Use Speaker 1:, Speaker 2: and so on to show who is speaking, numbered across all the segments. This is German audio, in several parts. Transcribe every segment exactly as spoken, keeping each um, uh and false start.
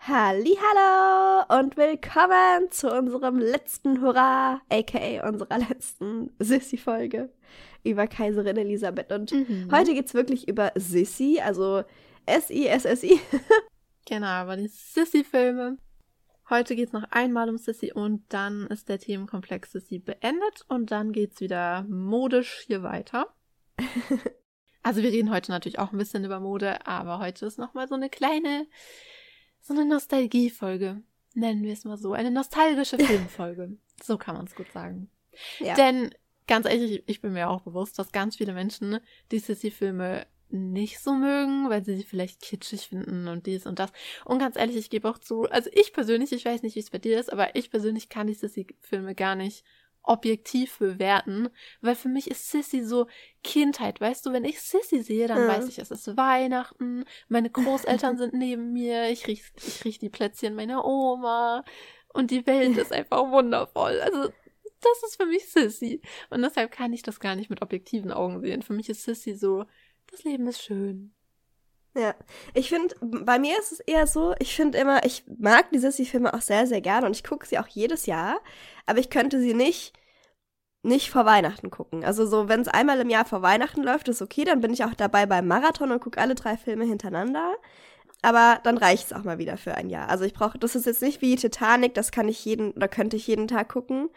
Speaker 1: Hallihallo und willkommen zu unserem letzten Hurra, aka unserer letzten Sissy-Folge über Kaiserin Elisabeth. Und mhm. heute geht's wirklich über Sissy, also S I S S I.
Speaker 2: Genau, über die Sissy-Filme. Heute geht's noch einmal um Sissy und dann ist der Themenkomplex Sissy beendet und dann geht's wieder modisch hier weiter. Also wir reden heute natürlich auch ein bisschen über Mode, aber heute ist nochmal so eine kleine, so eine Nostalgie-Folge, nennen wir es mal so. Eine nostalgische Filmfolge. So kann man es gut sagen. Ja. Denn, ganz ehrlich, ich bin mir auch bewusst, dass ganz viele Menschen die Sissy-Filme nicht so mögen, weil sie sie vielleicht kitschig finden und dies und das. Und ganz ehrlich, ich gebe auch zu, also ich persönlich, ich weiß nicht, wie es bei dir ist, aber ich persönlich kann die Sissy-Filme gar nicht objektiv bewerten, weil für mich ist Sissy so Kindheit, weißt du, wenn ich Sissy sehe, dann ja. weiß ich, es ist Weihnachten, meine Großeltern sind neben mir, ich riech, ich riech die Plätzchen meiner Oma und die Welt ist einfach wundervoll, also das ist für mich Sissy und deshalb kann ich das gar nicht mit objektiven Augen sehen, für mich ist Sissy so, das Leben ist schön.
Speaker 1: Ja, ich finde, bei mir ist es eher so, ich finde immer, ich mag die Sissy-Filme auch sehr, sehr gerne und ich gucke sie auch jedes Jahr, aber ich könnte sie nicht, nicht vor Weihnachten gucken. Also so, wenn es einmal im Jahr vor Weihnachten läuft, ist okay, dann bin ich auch dabei beim Marathon und gucke alle drei Filme hintereinander, aber dann reicht es auch mal wieder für ein Jahr. Also ich brauche, das ist jetzt nicht wie Titanic, das kann ich jeden, oder könnte ich jeden Tag gucken.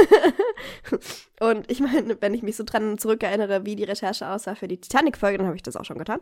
Speaker 1: Und ich meine, wenn ich mich so dran zurückerinnere, wie die Recherche aussah für die Titanic-Folge, dann habe ich das auch schon getan.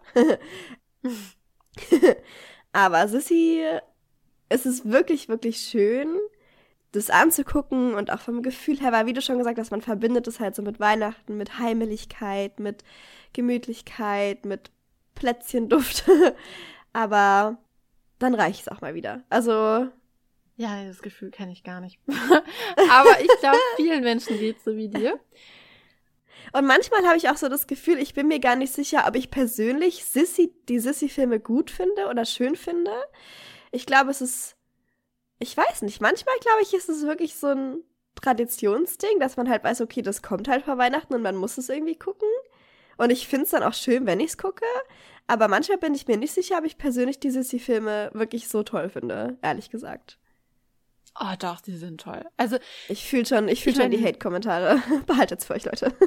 Speaker 1: Aber Sissy, es ist wirklich, wirklich schön, das anzugucken und auch vom Gefühl her, weil wie du schon gesagt hast, man verbindet es halt so mit Weihnachten, mit Heimeligkeit, mit Gemütlichkeit, mit Plätzchenduft. Aber dann reicht es auch mal wieder. Also
Speaker 2: ja, das Gefühl kenne ich gar nicht. Aber ich glaube, vielen Menschen geht es so wie dir.
Speaker 1: Und manchmal habe ich auch so das Gefühl, ich bin mir gar nicht sicher, ob ich persönlich Sissy, die Sissy-Filme gut finde oder schön finde. Ich glaube, es ist, ich weiß nicht, manchmal glaube ich, ist es wirklich so ein Traditionsding, dass man halt weiß, okay, das kommt halt vor Weihnachten und man muss es irgendwie gucken. Und ich finde es dann auch schön, wenn ich es gucke. Aber manchmal bin ich mir nicht sicher, ob ich persönlich die Sissy-Filme wirklich so toll finde, ehrlich gesagt.
Speaker 2: Oh doch, die sind toll. Also
Speaker 1: ich fühle schon, ich fühl ich schon mein, die Hate-Kommentare. Behaltet's für euch, Leute.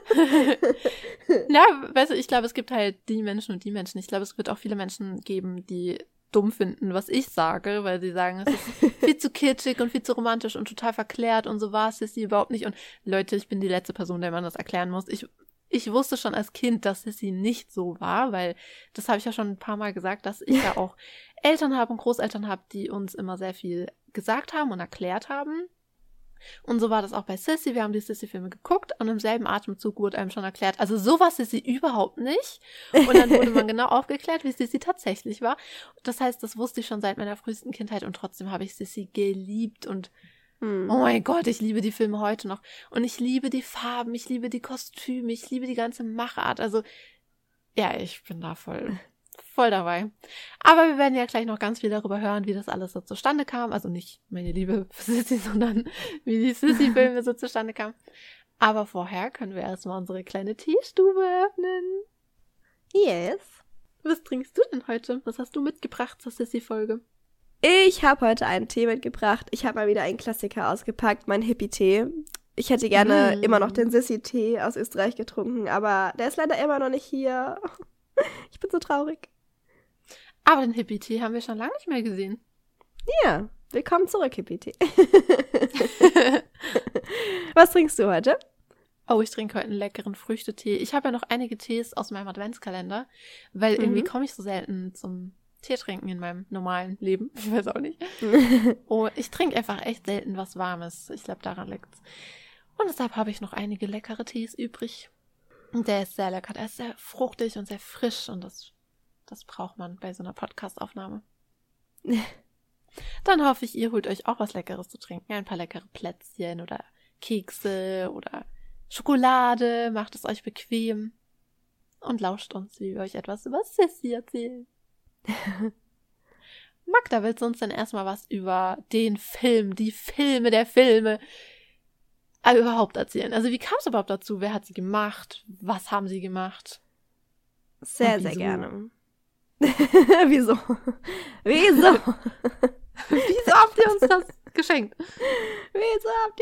Speaker 2: Na, weißt du, ich glaube, es gibt halt die Menschen und die Menschen. Ich glaube, es wird auch viele Menschen geben, die dumm finden, was ich sage, weil sie sagen, es ist viel zu kitschig und viel zu romantisch und total verklärt und so war es Sissy überhaupt nicht. Und Leute, ich bin die letzte Person, der man das erklären muss. Ich Ich wusste schon als Kind, dass Sissy nicht so war, weil das habe ich ja schon ein paar Mal gesagt, dass ich ja auch Eltern habe und Großeltern habe, die uns immer sehr viel gesagt haben und erklärt haben. Und so war das auch bei Sissy. Wir haben die Sissy-Filme geguckt und im selben Atemzug wurde einem schon erklärt, also so war Sissy überhaupt nicht. Und dann wurde man genau aufgeklärt, wie Sissy tatsächlich war. Das heißt, das wusste ich schon seit meiner frühesten Kindheit und trotzdem habe ich Sissy geliebt und hm. oh mein Gott, ich liebe die Filme heute noch. Und ich liebe die Farben, ich liebe die Kostüme, ich liebe die ganze Machart. Also, ja, ich bin da voll, voll dabei. Aber wir werden ja gleich noch ganz viel darüber hören, wie das alles so zustande kam. Also nicht meine Liebe für Sissy, sondern wie die Sissy-Filme so zustande kamen. Aber vorher können wir erstmal unsere kleine Teestube öffnen.
Speaker 1: Yes.
Speaker 2: Was trinkst du denn heute? Was hast du mitgebracht zur Sissy-Folge?
Speaker 1: Ich habe heute einen Tee mitgebracht. Ich habe mal wieder einen Klassiker ausgepackt, mein Hippie-Tee. Ich hätte gerne mm. immer noch den Sissy-Tee aus Österreich getrunken, aber der ist leider immer noch nicht hier. Ich bin so traurig.
Speaker 2: Aber den Hippie-Tee haben wir schon lange nicht mehr gesehen.
Speaker 1: Ja, willkommen zurück, Hippie-Tee. Was trinkst du heute?
Speaker 2: Oh, ich trinke heute einen leckeren Früchtetee. Ich habe ja noch einige Tees aus meinem Adventskalender, weil mhm. irgendwie komme ich so selten zum Tee trinken in meinem normalen Leben. Ich weiß auch nicht. Oh, ich trinke einfach echt selten was Warmes. Ich glaube, daran liegt's. Und deshalb habe ich noch einige leckere Tees übrig. Und der ist sehr lecker. Der ist sehr fruchtig und sehr frisch. Und das, das braucht man bei so einer Podcast-Aufnahme. Dann hoffe ich, ihr holt euch auch was Leckeres zu trinken. Ein paar leckere Plätzchen oder Kekse oder Schokolade. Macht es euch bequem. Und lauscht uns, wie wir euch etwas über Sissy erzählen. Magda, willst du uns denn erstmal was über den Film, die Filme der Filme äh, überhaupt erzählen? Also wie kam es überhaupt dazu? Wer hat sie gemacht? Was haben sie gemacht?
Speaker 1: Sehr, sehr gerne. Wieso? Wieso?
Speaker 2: Wieso habt ihr uns das geschenkt?
Speaker 1: Wieso habt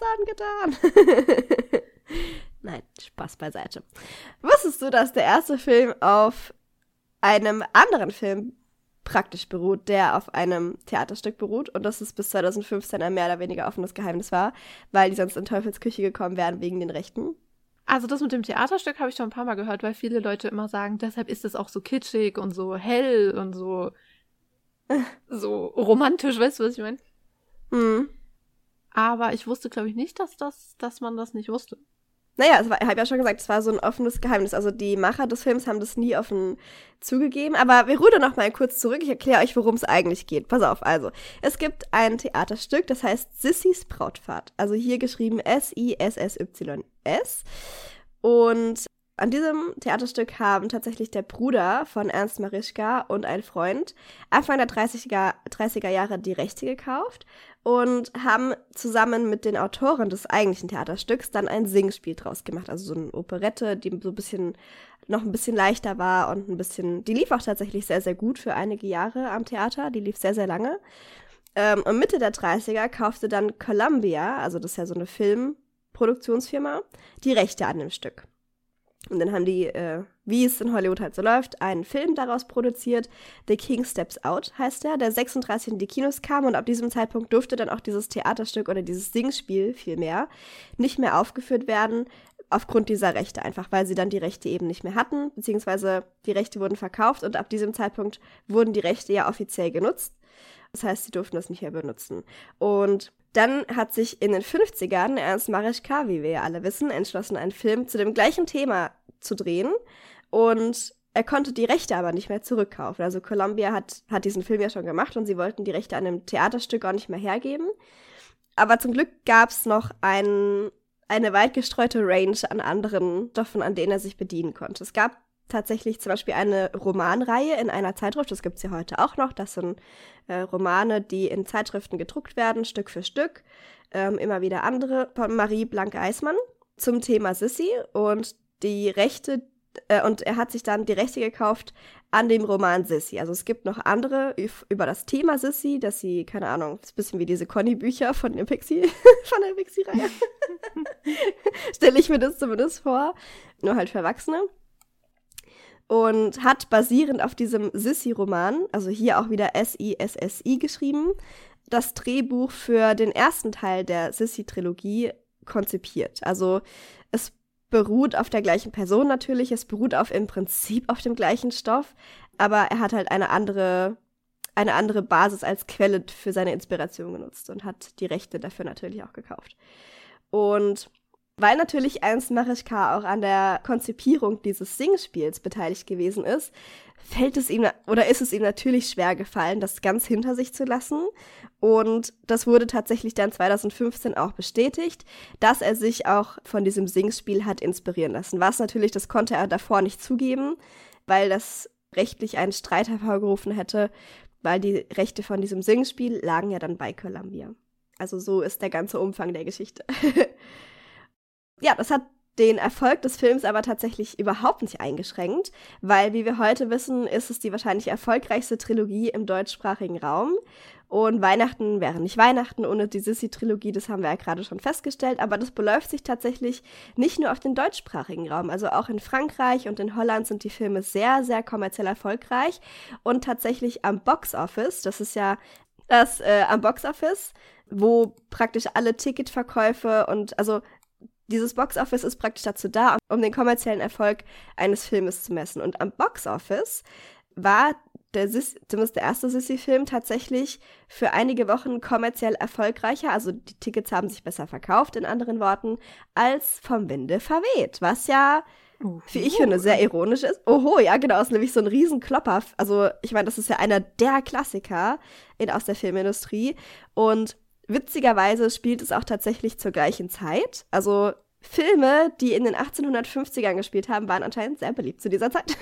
Speaker 1: ihr uns das angetan? Nein, Spaß beiseite. Wusstest du, dass der erste Film auf einem anderen Film praktisch beruht, der auf einem Theaterstück beruht und dass es bis zwanzig fünfzehn ein mehr oder weniger offenes Geheimnis war, weil die sonst in Teufels Küche gekommen wären wegen den Rechten?
Speaker 2: Also das mit dem Theaterstück habe ich schon ein paar Mal gehört, weil viele Leute immer sagen, deshalb ist es auch so kitschig und so hell und so so romantisch, weißt du, was ich meine?
Speaker 1: Mhm.
Speaker 2: Aber ich wusste, glaube ich, nicht, dass das, dass man das nicht wusste.
Speaker 1: Naja, ich habe ja schon gesagt, es war so ein offenes Geheimnis. Also die Macher des Films haben das nie offen zugegeben. Aber wir rudern noch mal kurz zurück. Ich erkläre euch, worum es eigentlich geht. Pass auf, also. Es gibt ein Theaterstück, das heißt Sissys Brautfahrt. Also hier geschrieben S I S S Y S. Und an diesem Theaterstück haben tatsächlich der Bruder von Ernst Marischka und ein Freund Anfang der dreißiger, dreißiger Jahre die Rechte gekauft und haben zusammen mit den Autoren des eigentlichen Theaterstücks dann ein Singspiel draus gemacht. Also so eine Operette, die so ein bisschen, noch ein bisschen leichter war und ein bisschen, die lief auch tatsächlich sehr, sehr gut für einige Jahre am Theater. Die lief sehr, sehr lange. Ähm, und Mitte der dreißiger kaufte dann Columbia, also das ist ja so eine Filmproduktionsfirma, die Rechte an dem Stück. Und dann haben die, äh, wie es in Hollywood halt so läuft, einen Film daraus produziert. The King Steps Out heißt der, der sechsunddreißig in die Kinos kam. Und ab diesem Zeitpunkt durfte dann auch dieses Theaterstück oder dieses Singspiel vielmehr nicht mehr aufgeführt werden, aufgrund dieser Rechte einfach, weil sie dann die Rechte eben nicht mehr hatten, beziehungsweise die Rechte wurden verkauft und ab diesem Zeitpunkt wurden die Rechte ja offiziell genutzt. Das heißt, sie durften das nicht mehr benutzen. Und dann hat sich in den fünfzigern Ernst Marischka, wie wir ja alle wissen, entschlossen, einen Film zu dem gleichen Thema zu drehen. Und er konnte die Rechte aber nicht mehr zurückkaufen. Also Columbia hat, hat diesen Film ja schon gemacht und sie wollten die Rechte an einem Theaterstück auch nicht mehr hergeben. Aber zum Glück gab es noch ein, eine weit gestreute Range an anderen Stoffen, an denen er sich bedienen konnte. Es gab tatsächlich zum Beispiel eine Romanreihe in einer Zeitschrift, das gibt es ja heute auch noch, das sind äh, Romane, die in Zeitschriften gedruckt werden, Stück für Stück, ähm, immer wieder andere, von Marie Blank-Eismann zum Thema Sissi und die Rechte, äh, und er hat sich dann die Rechte gekauft an dem Roman Sissi. Also es gibt noch andere üf- über das Thema Sissi, dass sie, keine Ahnung, ist ein bisschen wie diese Conny-Bücher von der Pixie, von der Pixie-Reihe. Stelle ich mir das zumindest vor, nur halt für Erwachsene. Und hat basierend auf diesem Sissi-Roman, also hier auch wieder S I S S I geschrieben, das Drehbuch für den ersten Teil der Sissi-Trilogie konzipiert. Also es beruht auf der gleichen Person natürlich, es beruht auf im Prinzip auf dem gleichen Stoff, aber er hat halt eine andere, eine andere Basis als Quelle für seine Inspiration genutzt und hat die Rechte dafür natürlich auch gekauft. Und weil natürlich Ernst Marischka auch an der Konzipierung dieses Singspiels beteiligt gewesen ist, fällt es ihm oder ist es ihm natürlich schwer gefallen, das ganz hinter sich zu lassen. Und das wurde tatsächlich dann zwanzig fünfzehn auch bestätigt, dass er sich auch von diesem Singspiel hat inspirieren lassen. Was natürlich, das konnte er davor nicht zugeben, weil das rechtlich einen Streit hervorgerufen hätte, weil die Rechte von diesem Singspiel lagen ja dann bei Columbia. Also so ist der ganze Umfang der Geschichte. Ja, das hat den Erfolg des Films aber tatsächlich überhaupt nicht eingeschränkt, weil, wie wir heute wissen, ist es die wahrscheinlich erfolgreichste Trilogie im deutschsprachigen Raum. Und Weihnachten wäre nicht Weihnachten ohne die Sissi-Trilogie, das haben wir ja gerade schon festgestellt, aber das beläuft sich tatsächlich nicht nur auf den deutschsprachigen Raum, also auch in Frankreich und in Holland sind die Filme sehr, sehr kommerziell erfolgreich und tatsächlich am Boxoffice, das ist ja das äh, am Boxoffice, wo praktisch alle Ticketverkäufe und also dieses Boxoffice ist praktisch dazu da, um den kommerziellen Erfolg eines Filmes zu messen. Und am Boxoffice war der Sis- zumindest der erste Sissi-Film tatsächlich für einige Wochen kommerziell erfolgreicher, also die Tickets haben sich besser verkauft, in anderen Worten, als Vom Winde verweht, was ja, Uhu. wie ich finde, sehr ironisch ist. Oho, ja genau, ist nämlich so ein Riesenklopper. Also ich meine, das ist ja einer der Klassiker in, aus der Filmindustrie und witzigerweise spielt es auch tatsächlich zur gleichen Zeit. Also Filme, die in den achtzehnhundertfünfzigern gespielt haben, waren anscheinend sehr beliebt zu dieser Zeit.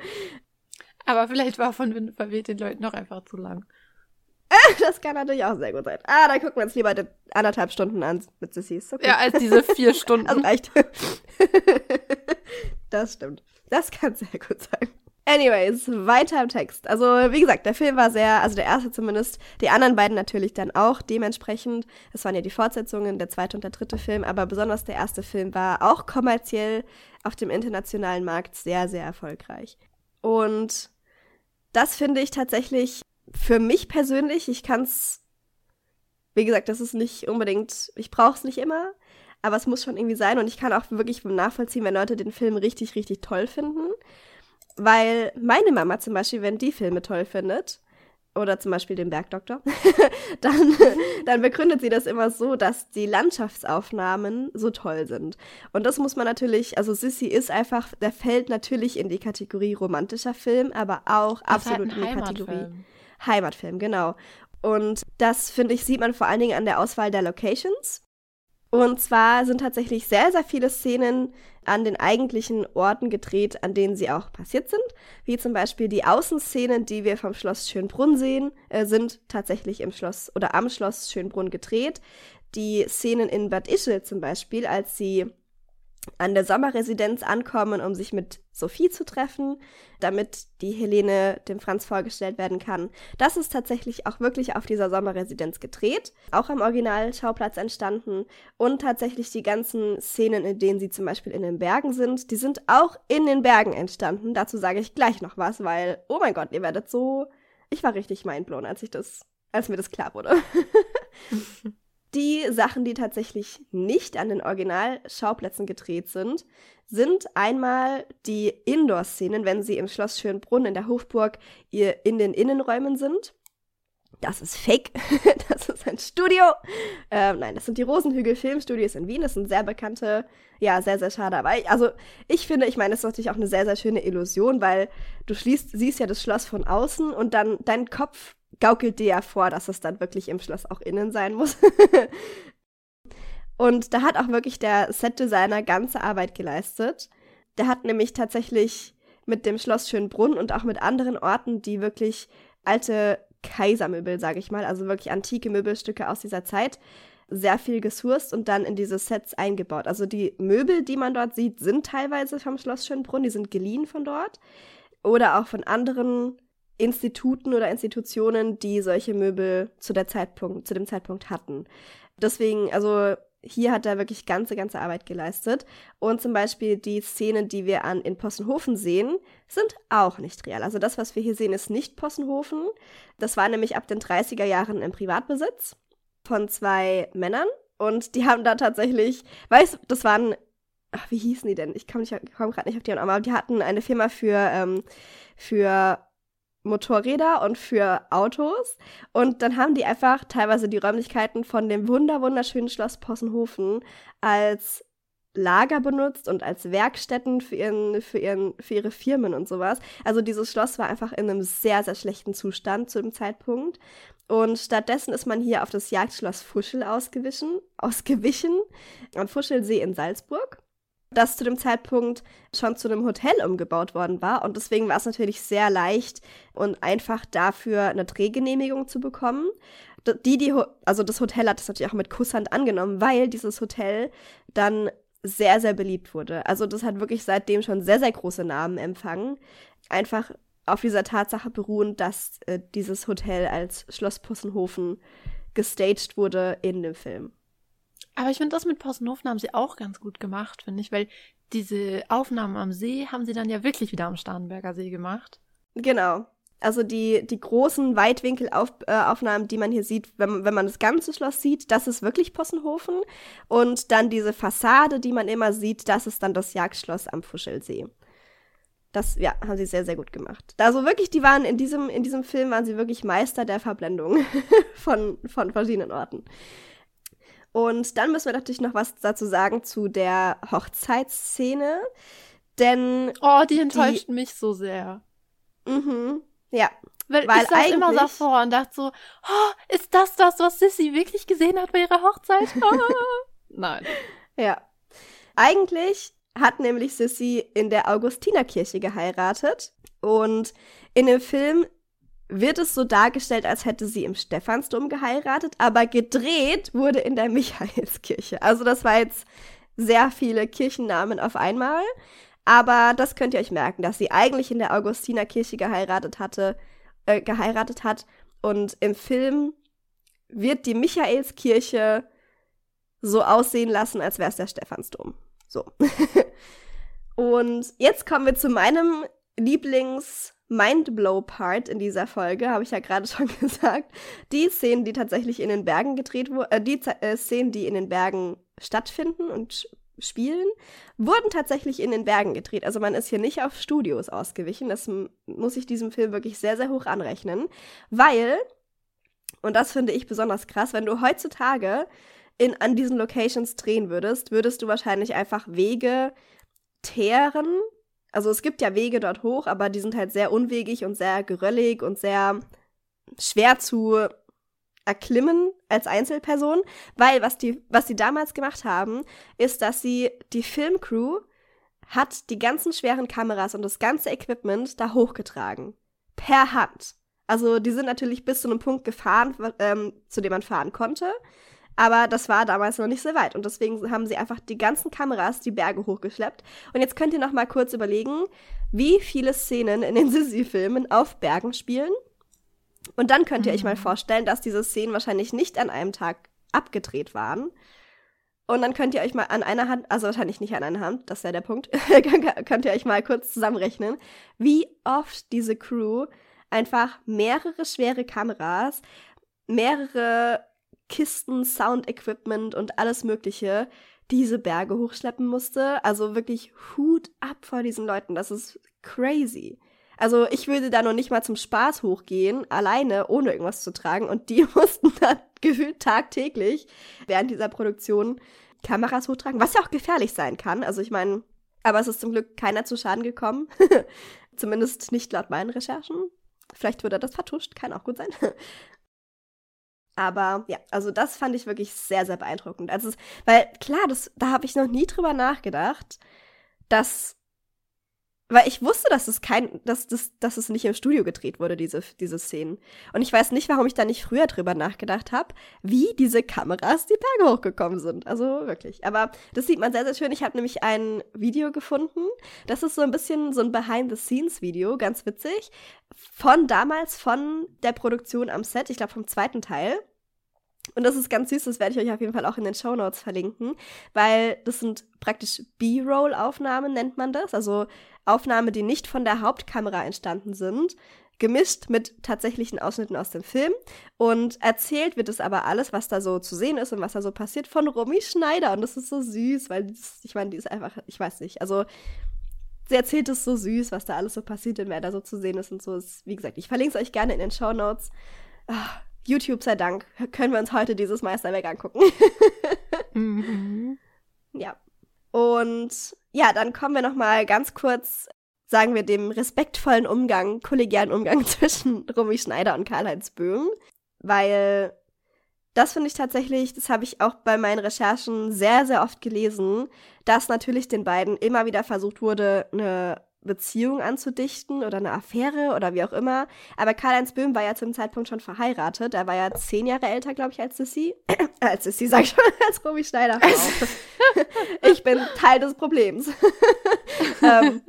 Speaker 2: Aber vielleicht war Von Winde verweht den Leuten noch einfach zu lang.
Speaker 1: Das kann natürlich auch sehr gut sein. Ah, dann gucken wir uns lieber die anderthalb Stunden an mit Sissis. Okay.
Speaker 2: Ja, als diese vier Stunden.
Speaker 1: Das reicht. Das stimmt. Das kann sehr gut sein. Anyways, weiter im Text. Also, wie gesagt, der Film war sehr, also der erste zumindest, die anderen beiden natürlich dann auch dementsprechend. Es waren ja die Fortsetzungen, der zweite und der dritte Film, aber besonders der erste Film war auch kommerziell auf dem internationalen Markt sehr, sehr erfolgreich. Und das finde ich tatsächlich für mich persönlich, ich kann es, wie gesagt, das ist nicht unbedingt, ich brauche es nicht immer, aber es muss schon irgendwie sein und ich kann auch wirklich nachvollziehen, wenn Leute den Film richtig, richtig toll finden. Weil meine Mama zum Beispiel, wenn die Filme toll findet, oder zum Beispiel den Bergdoktor, dann, dann begründet sie das immer so, dass die Landschaftsaufnahmen so toll sind. Und das muss man natürlich, also Sissi ist einfach, der fällt natürlich in die Kategorie romantischer Film, aber auch
Speaker 2: Das ist
Speaker 1: absolut
Speaker 2: halt ein
Speaker 1: in die Kategorie
Speaker 2: Heimatfilm.
Speaker 1: Heimatfilm, genau. Und das, finde ich, sieht man vor allen Dingen an der Auswahl der Locations. Und zwar sind tatsächlich sehr, sehr viele Szenen an den eigentlichen Orten gedreht, an denen sie auch passiert sind. Wie zum Beispiel die Außenszenen, die wir vom Schloss Schönbrunn sehen, äh, sind tatsächlich im Schloss oder am Schloss Schönbrunn gedreht. Die Szenen in Bad Ischl zum Beispiel, als sie an der Sommerresidenz ankommen, um sich mit Sophie zu treffen, damit die Helene dem Franz vorgestellt werden kann. Das ist tatsächlich auch wirklich auf dieser Sommerresidenz gedreht, auch am Originalschauplatz entstanden und tatsächlich die ganzen Szenen, in denen sie zum Beispiel in den Bergen sind, die sind auch in den Bergen entstanden. Dazu sage ich gleich noch was, weil, oh mein Gott, ihr werdet so, ich war richtig mindblown, als ich das, als mir das klar wurde. Die Sachen, die tatsächlich nicht an den Originalschauplätzen gedreht sind, sind einmal die Indoor-Szenen, wenn sie im Schloss Schönbrunn in der Hofburg ihr in den Innenräumen sind. Das ist fake. Das ist ein Studio. Ähm, nein, das sind die Rosenhügel Filmstudios in Wien. Das sind sehr bekannte, ja, sehr, sehr schade. Aber ich, also ich finde, ich meine, das ist natürlich auch eine sehr, sehr schöne Illusion, weil du schließt, siehst ja das Schloss von außen und dann dein Kopf gaukelt dir ja vor, dass es dann wirklich im Schloss auch innen sein muss. Und da hat auch wirklich der Setdesigner ganze Arbeit geleistet. Der hat nämlich tatsächlich mit dem Schloss Schönbrunn und auch mit anderen Orten, die wirklich alte Kaisermöbel, sage ich mal, also wirklich antike Möbelstücke aus dieser Zeit, sehr viel gesourced und dann in diese Sets eingebaut. Also die Möbel, die man dort sieht, sind teilweise vom Schloss Schönbrunn, die sind geliehen von dort oder auch von anderen Instituten oder Institutionen, die solche Möbel zu der Zeitpunkt, zu dem Zeitpunkt hatten. Deswegen, also hier hat er wirklich ganze, ganze Arbeit geleistet. Und zum Beispiel die Szenen, die wir an, in Possenhofen sehen, sind auch nicht real. Also das, was wir hier sehen, ist nicht Possenhofen. Das war nämlich ab den dreißiger Jahren im Privatbesitz von zwei Männern. Und die haben da tatsächlich, weißt du, das waren, ach, wie hießen die denn? Ich komme komm gerade nicht auf die Namen, aber die hatten eine Firma für, ähm, für Motorräder und für Autos. Und dann haben die einfach teilweise die Räumlichkeiten von dem wunder wunderschönen Schloss Possenhofen als Lager benutzt und als Werkstätten für, ihren, für, ihren, für ihre Firmen und sowas. Also dieses Schloss war einfach in einem sehr, sehr schlechten Zustand zu dem Zeitpunkt. Und stattdessen ist man hier auf das Jagdschloss Fuschel ausgewichen, ausgewichen am Fuschelsee in Salzburg, das zu dem Zeitpunkt schon zu einem Hotel umgebaut worden war. Und deswegen war es natürlich sehr leicht und einfach dafür eine Drehgenehmigung zu bekommen. Die, die, also das Hotel hat das natürlich auch mit Kusshand angenommen, weil dieses Hotel dann sehr, sehr beliebt wurde. Also das hat wirklich seitdem schon sehr, sehr große Namen empfangen. Einfach auf dieser Tatsache beruhend, dass äh, dieses Hotel als Schloss Possenhofen gestaged wurde in dem Film.
Speaker 2: Aber ich finde, das mit Possenhofen haben sie auch ganz gut gemacht, finde ich, weil diese Aufnahmen am See haben sie dann ja wirklich wieder am Starnberger See gemacht.
Speaker 1: Genau. Also die, die großen Weitwinkelaufnahmen, die man hier sieht, wenn, wenn man das ganze Schloss sieht, das ist wirklich Possenhofen. Und dann diese Fassade, die man immer sieht, das ist dann das Jagdschloss am Fuschelsee. Das, ja, haben sie sehr, sehr gut gemacht. Also wirklich, die waren in diesem, in diesem Film waren sie wirklich Meister der Verblendung von, von verschiedenen Orten. Und dann müssen wir natürlich noch was dazu sagen zu der Hochzeitsszene, denn
Speaker 2: Oh, die enttäuscht die, mich so sehr.
Speaker 1: Mhm, ja.
Speaker 2: Weil, weil ich saß immer davor und dachte so, oh, ist das das, was Sissi wirklich gesehen hat bei ihrer Hochzeit? Oh. Nein.
Speaker 1: Ja. Eigentlich hat nämlich Sissi in der Augustinerkirche geheiratet und in dem Film wird es so dargestellt, als hätte sie im Stephansdom geheiratet, aber gedreht wurde in der Michaelskirche. Also das war jetzt sehr viele Kirchennamen auf einmal. Aber das könnt ihr euch merken, dass sie eigentlich in der Augustinerkirche geheiratet hatte, äh, geheiratet hat. Und im Film wird die Michaelskirche so aussehen lassen, als wäre es der Stephansdom. So. Und jetzt kommen wir zu meinem Lieblings-Mindblow-Part in dieser Folge, habe ich ja gerade schon gesagt. Die Szenen, die tatsächlich in den Bergen gedreht wurden, äh, die äh, Szenen, die in den Bergen stattfinden und spielen, wurden tatsächlich in den Bergen gedreht. Also man ist hier nicht auf Studios ausgewichen. Das m- muss ich diesem Film wirklich sehr, sehr hoch anrechnen. Weil, und das finde ich besonders krass, wenn du heutzutage in, an diesen Locations drehen würdest, würdest du wahrscheinlich einfach Wege teeren. Also es gibt ja Wege dort hoch, aber die sind halt sehr unwegig und sehr geröllig und sehr schwer zu erklimmen als Einzelperson, weil was die, was sie damals gemacht haben, ist, dass sie die Filmcrew hat die ganzen schweren Kameras und das ganze Equipment da hochgetragen. Per Hand. Also die sind natürlich bis zu einem Punkt gefahren, ähm, zu dem man fahren konnte, aber das war damals noch nicht so weit und deswegen haben sie einfach die ganzen Kameras die Berge hochgeschleppt. Und jetzt könnt ihr noch mal kurz überlegen, wie viele Szenen in den Sissi-Filmen auf Bergen spielen. Und dann könnt ihr mhm. euch mal vorstellen, dass diese Szenen wahrscheinlich nicht an einem Tag abgedreht waren. Und dann könnt ihr euch mal an einer Hand, also wahrscheinlich nicht an einer Hand, das ist ja der Punkt, könnt ihr euch mal kurz zusammenrechnen, wie oft diese Crew einfach mehrere schwere Kameras, mehrere Kisten, Sound-Equipment und alles Mögliche diese Berge hochschleppen musste. Also wirklich Hut ab vor diesen Leuten, das ist crazy. Also ich würde da noch nicht mal zum Spaß hochgehen, alleine, ohne irgendwas zu tragen. Und die mussten dann gefühlt tagtäglich während dieser Produktion Kameras hochtragen, was ja auch gefährlich sein kann. Also ich meine, aber es ist zum Glück keiner zu Schaden gekommen. Zumindest nicht laut meinen Recherchen. Vielleicht wurde das vertuscht, kann auch gut sein. Aber ja, also das fand ich wirklich sehr, sehr beeindruckend. Also es, weil klar, das, da habe ich noch nie drüber nachgedacht, dass Weil ich wusste, dass es kein, dass, dass, dass es nicht im Studio gedreht wurde, diese, diese Szenen. Und ich weiß nicht, warum ich da nicht früher drüber nachgedacht habe, wie diese Kameras die Berge hochgekommen sind. Also wirklich. Aber das sieht man sehr, sehr schön. Ich habe nämlich ein Video gefunden. Das ist so ein bisschen so ein Behind-the-Scenes-Video, ganz witzig. Von damals, von der Produktion am Set, ich glaube vom zweiten Teil. Und das ist ganz süß, das werde ich euch auf jeden Fall auch in den Shownotes verlinken, weil das sind praktisch B-Roll-Aufnahmen, nennt man das, also Aufnahmen, die nicht von der Hauptkamera entstanden sind, gemischt mit tatsächlichen Ausschnitten aus dem Film. Und erzählt wird es aber alles, was da so zu sehen ist und was da so passiert, von Romy Schneider. Und das ist so süß, weil, das, ich meine, die ist einfach, ich weiß nicht, also sie erzählt es so süß, was da alles so passiert und wer da so zu sehen ist und so. Ist, wie gesagt, ich verlinke es euch gerne in den Shownotes. Ah, YouTube sei Dank, können wir uns heute dieses Meisterwerk angucken. mhm. Ja. Und ja, dann kommen wir noch mal ganz kurz, sagen wir, dem respektvollen Umgang, kollegialen Umgang zwischen Romy Schneider und Karl-Heinz Böhm. Weil das finde ich tatsächlich, das habe ich auch bei meinen Recherchen sehr, sehr oft gelesen, dass natürlich den beiden immer wieder versucht wurde, eine Beziehung anzudichten oder eine Affäre oder wie auch immer. Aber Karl-Heinz Böhm war ja zu dem Zeitpunkt schon verheiratet. Er war ja zehn Jahre älter, glaube ich, als Sissi. Äh, als Sissi, sag ich schon, als Romy Schneider. Ich bin Teil des Problems. ähm.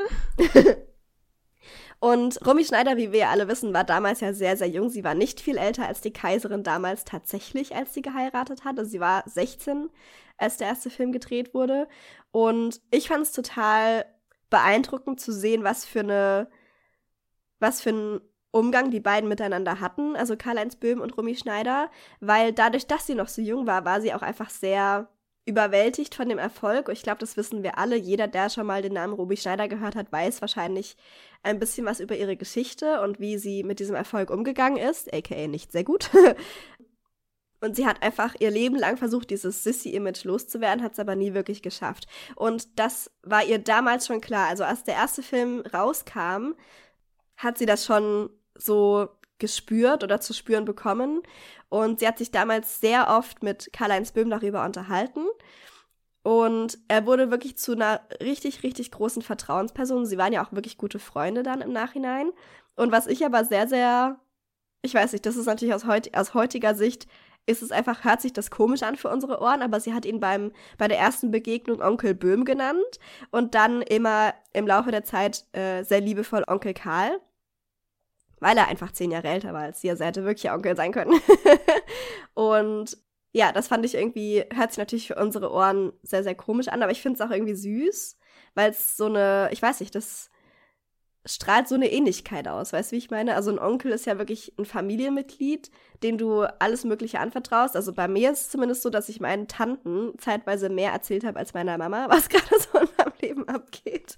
Speaker 1: Und Romy Schneider, wie wir ja alle wissen, war damals ja sehr, sehr jung. Sie war nicht viel älter als die Kaiserin damals tatsächlich, als sie geheiratet hat. Also sie war sechzehn, als der erste Film gedreht wurde. Und ich fand es total beeindruckend zu sehen, was für eine, was für einen Umgang die beiden miteinander hatten, also Karl-Heinz Böhm und Romy Schneider, weil dadurch, dass sie noch so jung war, war sie auch einfach sehr überwältigt von dem Erfolg. Ich glaube, das wissen wir alle. Jeder, der schon mal den Namen Romy Schneider gehört hat, weiß wahrscheinlich ein bisschen was über ihre Geschichte und wie sie mit diesem Erfolg umgegangen ist, aka nicht sehr gut. Und sie hat einfach ihr Leben lang versucht, dieses Sissy-Image loszuwerden, hat es aber nie wirklich geschafft. Und das war ihr damals schon klar. Also als der erste Film rauskam, hat sie das schon so gespürt oder zu spüren bekommen. Und sie hat sich damals sehr oft mit Karl-Heinz Böhm darüber unterhalten. Und er wurde wirklich zu einer richtig, richtig großen Vertrauensperson. Sie waren ja auch wirklich gute Freunde dann im Nachhinein. Und was ich aber sehr, sehr, ich weiß nicht, das ist natürlich aus, heut, aus heutiger Sicht ist es einfach, hört sich das komisch an für unsere Ohren, aber sie hat ihn beim bei der ersten Begegnung Onkel Böhm genannt und dann immer im Laufe der Zeit äh, sehr liebevoll Onkel Karl, weil er einfach zehn Jahre älter war als sie, also er hätte wirklich ihr Onkel sein können. Und ja, das fand ich irgendwie, hört sich natürlich für unsere Ohren sehr, sehr komisch an, aber ich finde es auch irgendwie süß, weil es so eine, ich weiß nicht, das strahlt so eine Ähnlichkeit aus, weißt du, wie ich meine? Also ein Onkel ist ja wirklich ein Familienmitglied, dem du alles Mögliche anvertraust. Also bei mir ist es zumindest so, dass ich meinen Tanten zeitweise mehr erzählt habe als meiner Mama, was gerade so in meinem Leben abgeht.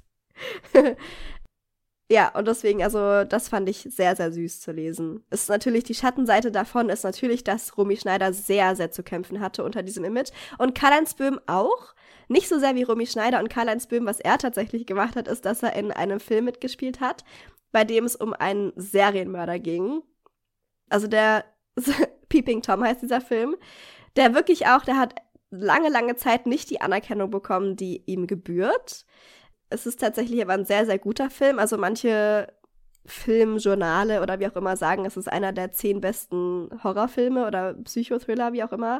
Speaker 1: Ja, und deswegen, also das fand ich sehr, sehr süß zu lesen. Es ist natürlich, die Schattenseite davon ist natürlich, dass Romy Schneider sehr, sehr zu kämpfen hatte unter diesem Image. Und Karl-Heinz Böhm auch. Nicht so sehr wie Romy Schneider. Und Karl-Heinz Böhm, was er tatsächlich gemacht hat, ist, dass er in einem Film mitgespielt hat, bei dem es um einen Serienmörder ging. Also der Peeping Tom heißt dieser Film. Der wirklich auch, der hat lange, lange Zeit nicht die Anerkennung bekommen, die ihm gebührt. Es ist tatsächlich aber ein sehr, sehr guter Film. Also manche Filmjournale oder wie auch immer sagen, es ist einer der zehn besten Horrorfilme oder Psychothriller, wie auch immer.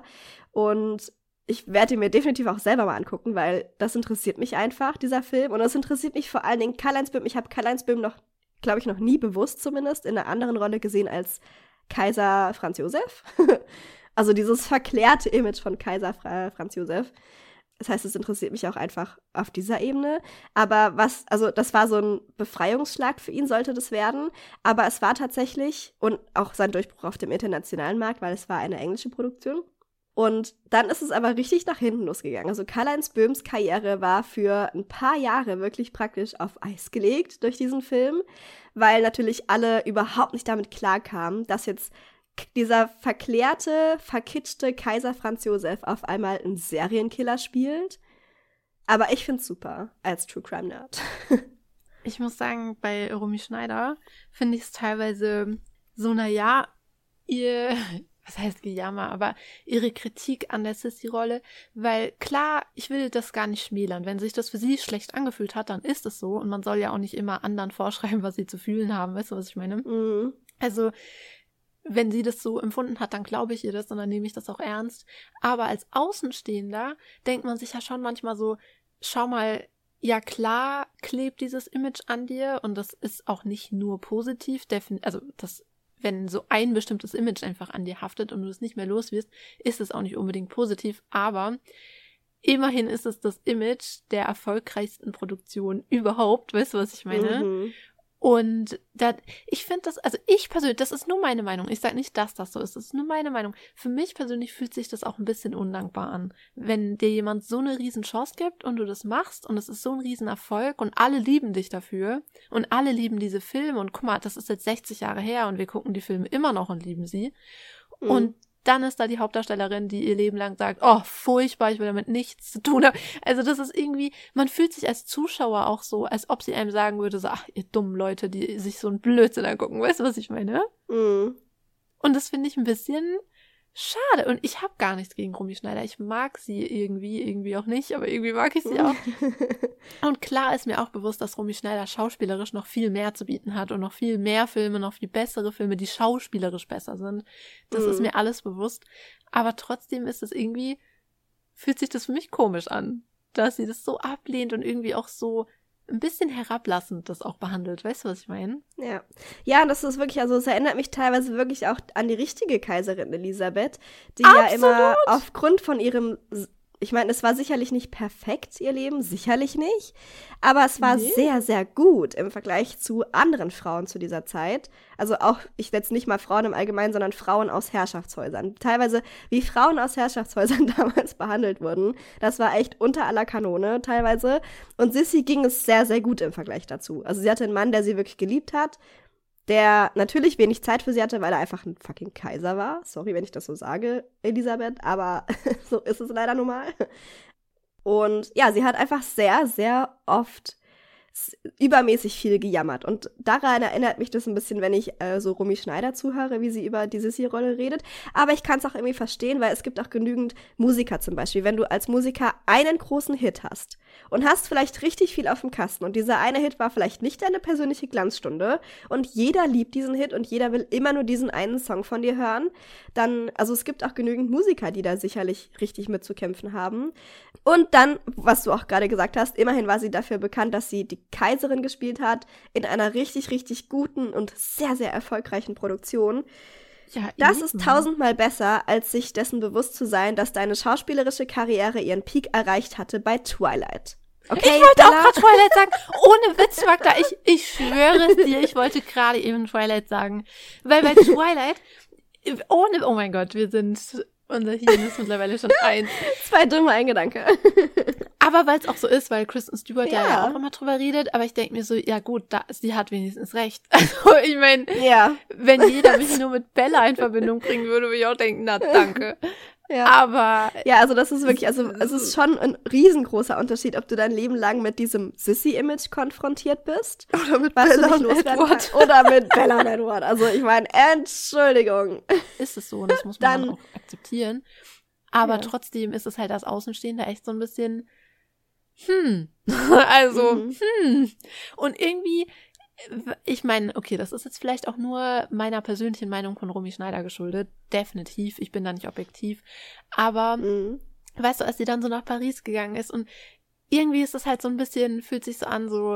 Speaker 1: Und ich werde ihn mir definitiv auch selber mal angucken, weil das interessiert mich einfach, dieser Film. Und das interessiert mich vor allen Dingen Karl-Heinz Böhm. Ich habe Karl-Heinz Böhm noch, glaube ich, noch nie bewusst zumindest in einer anderen Rolle gesehen als Kaiser Franz Josef. Also dieses verklärte Image von Kaiser Fra- Franz Josef. Das heißt, es interessiert mich auch einfach auf dieser Ebene. Aber was, also das war so ein Befreiungsschlag für ihn, sollte das werden. Aber es war tatsächlich, und auch sein Durchbruch auf dem internationalen Markt, weil es war eine englische Produktion. Und dann ist es aber richtig nach hinten losgegangen. Also Karl-Heinz Böhms Karriere war für ein paar Jahre wirklich praktisch auf Eis gelegt durch diesen Film, weil natürlich alle überhaupt nicht damit klarkamen, dass jetzt dieser verklärte, verkitschte Kaiser Franz Josef auf einmal einen Serienkiller spielt. Aber ich find's super als True Crime Nerd.
Speaker 2: Ich muss sagen, bei Romy Schneider finde ich es teilweise so, naja, ihr, was heißt Gejammer, aber ihre Kritik an der Sissy-Rolle, weil klar, ich will das gar nicht schmälern. Wenn sich das für sie schlecht angefühlt hat, dann ist es so. Und man soll ja auch nicht immer anderen vorschreiben, was sie zu fühlen haben. Weißt du, was ich meine?
Speaker 1: Mhm.
Speaker 2: Also, wenn sie das so empfunden hat, dann glaube ich ihr das und dann nehme ich das auch ernst. Aber als Außenstehender denkt man sich ja schon manchmal so, schau mal, ja klar klebt dieses Image an dir und das ist auch nicht nur positiv, also das, wenn so ein bestimmtes Image einfach an dir haftet und du es nicht mehr los wirst, ist es auch nicht unbedingt positiv, aber immerhin ist es das Image der erfolgreichsten Produktion überhaupt, weißt du, was ich meine?
Speaker 1: Mhm.
Speaker 2: Und da, ich finde das, also ich persönlich, das ist nur meine Meinung. Ich sage nicht, dass das so ist. Das ist nur meine Meinung. Für mich persönlich fühlt sich das auch ein bisschen undankbar an. Wenn dir jemand so eine riesen Chance gibt und du das machst und es ist so ein riesen Erfolg und alle lieben dich dafür und alle lieben diese Filme und guck mal, das ist jetzt sechzig Jahre her und wir gucken die Filme immer noch und lieben sie. Mhm. Und dann ist da die Hauptdarstellerin, die ihr Leben lang sagt, oh, furchtbar, ich will damit nichts zu tun haben. Also das ist irgendwie, man fühlt sich als Zuschauer auch so, als ob sie einem sagen würde, so, ach, ihr dummen Leute, die sich so einen Blödsinn angucken. Weißt du, was ich meine?
Speaker 1: Mhm.
Speaker 2: Und das finde ich ein bisschen schade. Und ich habe gar nichts gegen Romy Schneider. Ich mag sie irgendwie, irgendwie auch nicht, aber irgendwie mag ich sie auch. Und klar ist mir auch bewusst, dass Romy Schneider schauspielerisch noch viel mehr zu bieten hat und noch viel mehr Filme, noch viel bessere Filme, die schauspielerisch besser sind. Das mhm. ist mir alles bewusst. Aber trotzdem ist es irgendwie, fühlt sich das für mich komisch an, dass sie das so ablehnt und irgendwie auch so ein bisschen herablassend das auch behandelt. Weißt du, was ich meine?
Speaker 1: Ja. Ja, und das ist wirklich, also es erinnert mich teilweise wirklich auch an die richtige Kaiserin Elisabeth, die
Speaker 2: Absolut.
Speaker 1: ja immer aufgrund von ihrem, ich meine, es war sicherlich nicht perfekt, ihr Leben, sicherlich nicht, aber es war nee. sehr, sehr gut im Vergleich zu anderen Frauen zu dieser Zeit. Also auch, ich setze nicht mal Frauen im Allgemeinen, sondern Frauen aus Herrschaftshäusern. Teilweise, wie Frauen aus Herrschaftshäusern damals behandelt wurden, das war echt unter aller Kanone teilweise. Und Sissy ging es sehr, sehr gut im Vergleich dazu. Also sie hatte einen Mann, der sie wirklich geliebt hat, der natürlich wenig Zeit für sie hatte, weil er einfach ein fucking Kaiser war. Sorry, wenn ich das so sage, Elisabeth, aber so ist es leider nun mal. Und ja, sie hat einfach sehr, sehr oft übermäßig viel gejammert. Und daran erinnert mich das ein bisschen, wenn ich äh, so Romy Schneider zuhöre, wie sie über die Sissi-Rolle redet. Aber ich kann es auch irgendwie verstehen, weil es gibt auch genügend Musiker zum Beispiel. Wenn du als Musiker einen großen Hit hast und hast vielleicht richtig viel auf dem Kasten und dieser eine Hit war vielleicht nicht deine persönliche Glanzstunde und jeder liebt diesen Hit und jeder will immer nur diesen einen Song von dir hören, dann, also es gibt auch genügend Musiker, die da sicherlich richtig mitzukämpfen haben. Und dann, was du auch gerade gesagt hast, immerhin war sie dafür bekannt, dass sie die Kaiserin gespielt hat in einer richtig, richtig guten und sehr, sehr erfolgreichen Produktion. Ja, das eben. Ist tausendmal besser, als sich dessen bewusst zu sein, dass deine schauspielerische Karriere ihren Peak erreicht hatte bei Twilight.
Speaker 2: Okay, ich wollte Bella? auch gerade Twilight sagen. Ohne Witz, Magda, ich, ich schwöre es dir, ich wollte gerade eben Twilight sagen. Weil bei Twilight, ohne, oh mein Gott, wir sind, unser Hirn ist mittlerweile schon eins.
Speaker 1: Zwei dumme, ein Gedanke.
Speaker 2: Aber weil es auch so ist, weil Kristen Stewart ja, ja auch immer drüber redet, aber ich denke mir so, ja gut, da, sie hat wenigstens recht. Also ich meine, ja. wenn jeder mich nur mit Bella in Verbindung bringen würde, würde ich auch denken, na danke. Ja. Aber
Speaker 1: ja, also das ist wirklich, also es ist schon ein riesengroßer Unterschied, ob du dein Leben lang mit diesem Sissy-Image konfrontiert bist
Speaker 2: oder mit Bella und Edward
Speaker 1: oder mit Bella und Edward. Also ich meine, Entschuldigung.
Speaker 2: Ist es so und das muss man dann, dann auch akzeptieren. Aber ja. trotzdem ist es halt als Außenstehender echt so ein bisschen hm, also mhm. hm. Und irgendwie, ich meine, okay, das ist jetzt vielleicht auch nur meiner persönlichen Meinung von Romy Schneider geschuldet. Definitiv, ich bin da nicht objektiv. Aber, mhm. weißt du, als sie dann so nach Paris gegangen ist und irgendwie ist es halt so ein bisschen, fühlt sich so an, so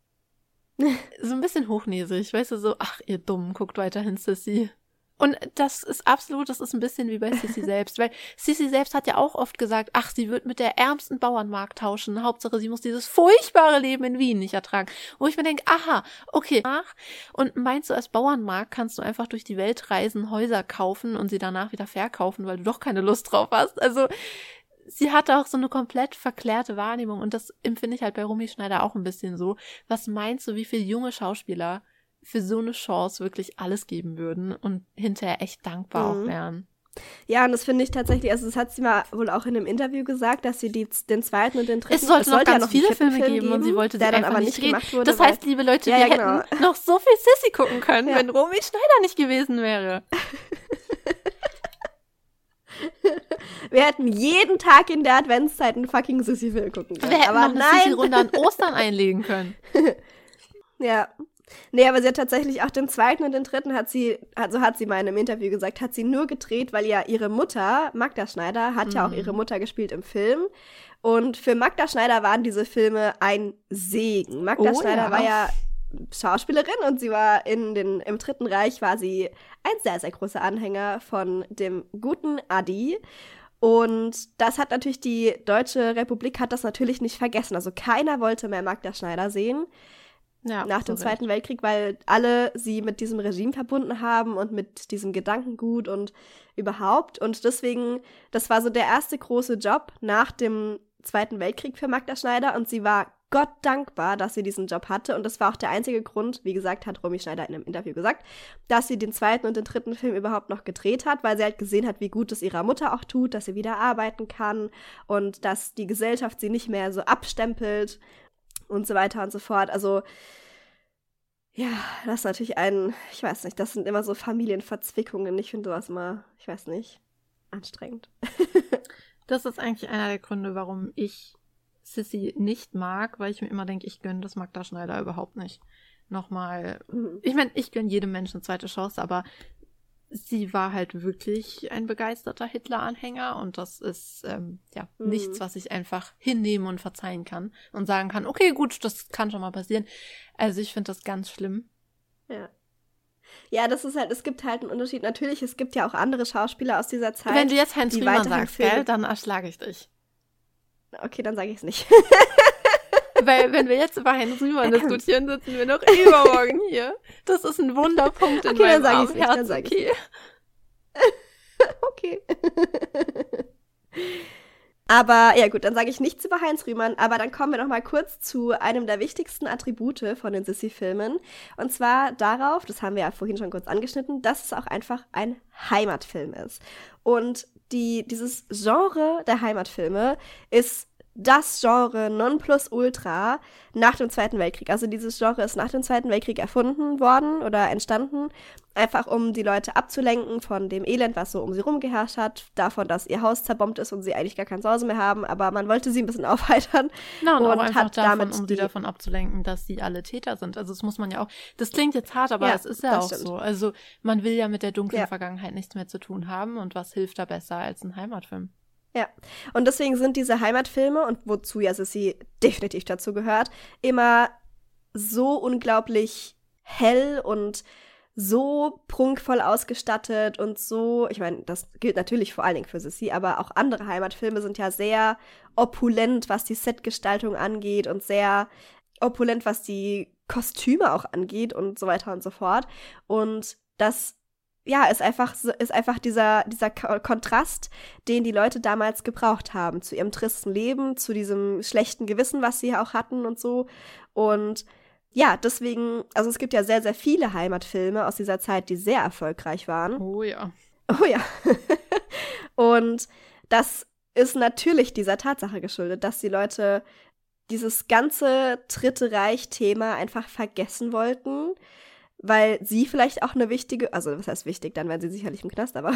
Speaker 2: so ein bisschen hochnäsig, weißt du, so, ach, ihr Dummen, guckt weiterhin, Sissy. Und das ist absolut, das ist ein bisschen wie bei Sissy selbst, weil Sissy selbst hat ja auch oft gesagt, ach, sie wird mit der ärmsten Bauernmarkt tauschen, Hauptsache sie muss dieses furchtbare Leben in Wien nicht ertragen. Wo ich mir denke, aha, okay, ach. Und meinst du, als Bauernmarkt kannst du einfach durch die Welt reisen, Häuser kaufen und sie danach wieder verkaufen, weil du doch keine Lust drauf hast? Also sie hatte auch so eine komplett verklärte Wahrnehmung und das empfinde ich halt bei Romy Schneider auch ein bisschen so. Was meinst du, wie viele junge Schauspieler für so eine Chance wirklich alles geben würden und hinterher echt dankbar mhm. auch wären?
Speaker 1: Ja, und das finde ich tatsächlich, also das hat sie mal wohl auch in einem Interview gesagt, dass sie die, den zweiten und den dritten...
Speaker 2: Es sollte es noch sollte ganz ja noch viele Filme Film geben und sie wollte sie einfach aber nicht drehen. Wurde, das heißt, liebe Leute, ja, wir ja, genau. hätten noch so viel Sissy gucken können, ja. wenn Romy Schneider nicht gewesen wäre.
Speaker 1: Wir hätten jeden Tag in der Adventszeit einen fucking Sissy-Film gucken können.
Speaker 2: Wir hätten
Speaker 1: aber
Speaker 2: noch eine Sissy-Runde an Ostern einlegen können.
Speaker 1: Ja. Nee, aber sie hat tatsächlich auch den zweiten und den dritten hat sie, also hat sie mal in einem Interview gesagt, hat sie nur gedreht, weil ja ihre Mutter, Magda Schneider, hat mhm. ja auch ihre Mutter gespielt im Film. Und für Magda Schneider waren diese Filme ein Segen. Magda oh, Schneider ja. war ja Schauspielerin und sie war in den, im Dritten Reich war sie ein sehr, sehr großer Anhänger von dem guten Adi. Und das hat natürlich, die Deutsche Republik hat das natürlich nicht vergessen. Also keiner wollte mehr Magda Schneider sehen. Ja, nach dem Zweiten Weltkrieg, weil alle sie mit diesem Regime verbunden haben und mit diesem Gedankengut und überhaupt. Und deswegen, das war so der erste große Job nach dem Zweiten Weltkrieg für Magda Schneider und sie war Gott dankbar, dass sie diesen Job hatte. Und das war auch der einzige Grund, wie gesagt, hat Romy Schneider in einem Interview gesagt, dass sie den zweiten und den dritten Film überhaupt noch gedreht hat, weil sie halt gesehen hat, wie gut es ihrer Mutter auch tut, dass sie wieder arbeiten kann und dass die Gesellschaft sie nicht mehr so abstempelt und so weiter und so fort. Also, ja, das ist natürlich ein, ich weiß nicht, das sind immer so Familienverzwickungen. Ich finde sowas immer, ich weiß nicht, anstrengend.
Speaker 2: Das ist eigentlich einer der Gründe, warum ich Sissy nicht mag, weil ich mir immer denke, ich gönne das Magda Schneider überhaupt nicht. Nochmal, mhm. ich meine, ich gönne jedem Menschen eine zweite Chance, aber sie war halt wirklich ein begeisterter Hitler-Anhänger und das ist ähm, ja mhm. nichts, was ich einfach hinnehmen und verzeihen kann und sagen kann, okay, gut, das kann schon mal passieren. Also ich finde das ganz schlimm.
Speaker 1: Ja. Ja, das ist halt, es gibt halt einen Unterschied. Natürlich, es gibt ja auch andere Schauspieler aus dieser Zeit.
Speaker 2: Wenn du jetzt Heinz Rühmann sagst, gell, dann erschlage ich dich.
Speaker 1: Okay, dann sage ich es nicht.
Speaker 2: Weil, wenn wir jetzt über Heinz Rühmann diskutieren, sitzen wir noch übermorgen hier. Das ist ein Wunderpunkt in
Speaker 1: okay,
Speaker 2: meinem armen
Speaker 1: Herzen.
Speaker 2: Dann sag
Speaker 1: okay. Okay. Aber, ja gut, dann sage ich nichts über Heinz Rühmann, aber dann kommen wir noch mal kurz zu einem der wichtigsten Attribute von den Sissy-Filmen. Und zwar darauf, das haben wir ja vorhin schon kurz angeschnitten, dass es auch einfach ein Heimatfilm ist. Und die, dieses Genre der Heimatfilme ist das Genre Nonplusultra nach dem Zweiten Weltkrieg. Also dieses Genre ist nach dem Zweiten Weltkrieg erfunden worden oder entstanden, einfach um die Leute abzulenken von dem Elend, was so um sie rumgeherrscht hat, davon, dass ihr Haus zerbombt ist und sie eigentlich gar kein Zuhause mehr haben, aber man wollte sie ein bisschen aufheitern.
Speaker 2: Na, und,
Speaker 1: und
Speaker 2: auch einfach
Speaker 1: hat
Speaker 2: davon,
Speaker 1: damit
Speaker 2: um sie
Speaker 1: die,
Speaker 2: davon abzulenken, dass sie alle Täter sind. Also das muss man ja auch, das klingt jetzt hart, aber
Speaker 1: Ja,
Speaker 2: es ist ja
Speaker 1: das
Speaker 2: auch
Speaker 1: stimmt.
Speaker 2: so. Also man will ja mit der dunklen
Speaker 1: Ja.
Speaker 2: Vergangenheit nichts mehr zu tun haben und was hilft da besser als ein Heimatfilm?
Speaker 1: Ja, und deswegen sind diese Heimatfilme, und wozu ja Sissy definitiv dazu gehört, immer so unglaublich hell und so prunkvoll ausgestattet und so, ich meine, das gilt natürlich vor allen Dingen für Sissy, aber auch andere Heimatfilme sind ja sehr opulent, was die Setgestaltung angeht und sehr opulent, was die Kostüme auch angeht und so weiter und so fort. Und das ja, ist einfach, so- ist einfach dieser, dieser Ko- Kontrast, den die Leute damals gebraucht haben, zu ihrem tristen Leben, zu diesem schlechten Gewissen, was sie auch hatten und so. Und ja, deswegen, also es gibt ja sehr, sehr viele Heimatfilme aus dieser Zeit, die sehr erfolgreich waren.
Speaker 2: Oh ja.
Speaker 1: Oh ja. Und das ist natürlich dieser Tatsache geschuldet, dass die Leute dieses ganze Dritte Reich-Thema einfach vergessen wollten, weil sie vielleicht auch eine wichtige, also was heißt wichtig, dann wären sie sicherlich im Knast, aber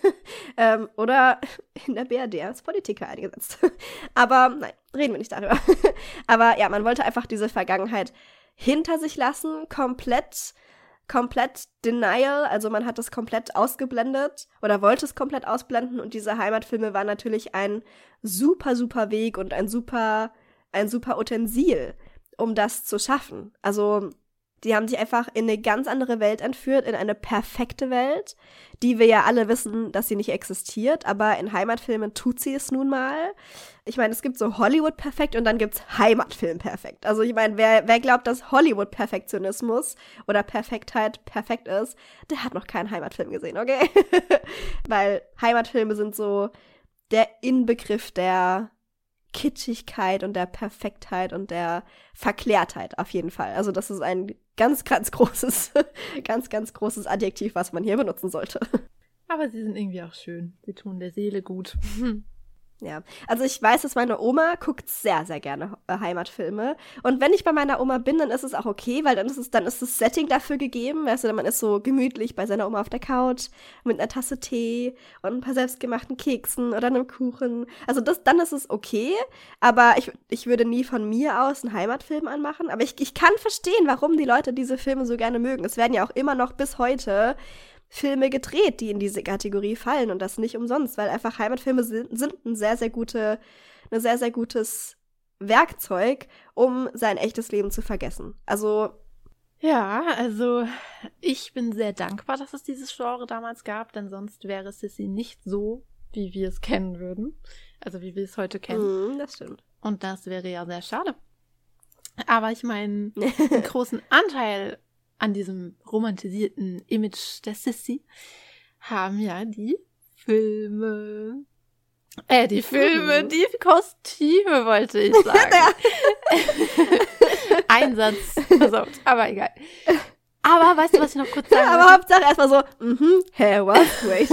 Speaker 1: ähm, oder in der B R D als Politiker eingesetzt. Aber nein, reden wir nicht darüber. Aber ja, man wollte einfach diese Vergangenheit hinter sich lassen, komplett, komplett Denial, also man hat das komplett ausgeblendet oder wollte es komplett ausblenden und diese Heimatfilme waren natürlich ein super, super Weg und ein super, ein super Utensil, um das zu schaffen. Also die haben sich einfach in eine ganz andere Welt entführt, in eine perfekte Welt, die wir ja alle wissen, dass sie nicht existiert, aber in Heimatfilmen tut sie es nun mal. Ich meine, es gibt so Hollywood perfekt und dann gibt's Heimatfilm perfekt. Also ich meine, wer, wer glaubt, dass Hollywood-Perfektionismus oder Perfektheit perfekt ist, der hat noch keinen Heimatfilm gesehen, okay? Weil Heimatfilme sind so der Inbegriff der Kitschigkeit und der Perfektheit und der Verklärtheit auf jeden Fall. Also das ist ein ganz, ganz großes, ganz, ganz großes Adjektiv, was man hier benutzen sollte.
Speaker 2: Aber sie sind irgendwie auch schön. Sie tun der Seele gut.
Speaker 1: Ja, also ich weiß, dass meine Oma guckt sehr, sehr gerne äh, Heimatfilme. Und wenn ich bei meiner Oma bin, dann ist es auch okay, weil dann ist es, dann ist das Setting dafür gegeben. Weißt du, man ist so gemütlich bei seiner Oma auf der Couch mit einer Tasse Tee und ein paar selbstgemachten Keksen oder einem Kuchen. Also das, dann ist es okay, aber ich, ich würde nie von mir aus einen Heimatfilm anmachen. Aber ich, ich kann verstehen, warum die Leute diese Filme so gerne mögen. Es werden ja auch immer noch bis heute Filme gedreht, die in diese Kategorie fallen und das nicht umsonst, weil einfach Heimatfilme sind, sind ein sehr, sehr gute, ein sehr, sehr gutes Werkzeug, um sein echtes Leben zu vergessen. Also
Speaker 2: Ja, also ich bin sehr dankbar, dass es dieses Genre damals gab, denn sonst wäre Sissy nicht so, wie wir es kennen würden. Also wie wir es heute kennen.
Speaker 1: mm, das stimmt.
Speaker 2: Und das wäre ja sehr schade. Aber ich meine, einen großen Anteil an diesem romantisierten Image der Sissy haben ja die Filme. Äh, die Filme,
Speaker 1: Mhm.
Speaker 2: die Kostüme, wollte ich sagen. Einsatz versaut, aber egal. Aber weißt du, was ich noch kurz sagen
Speaker 1: Aber
Speaker 2: wollte?
Speaker 1: Hauptsache erstmal so, mhm, hair was great.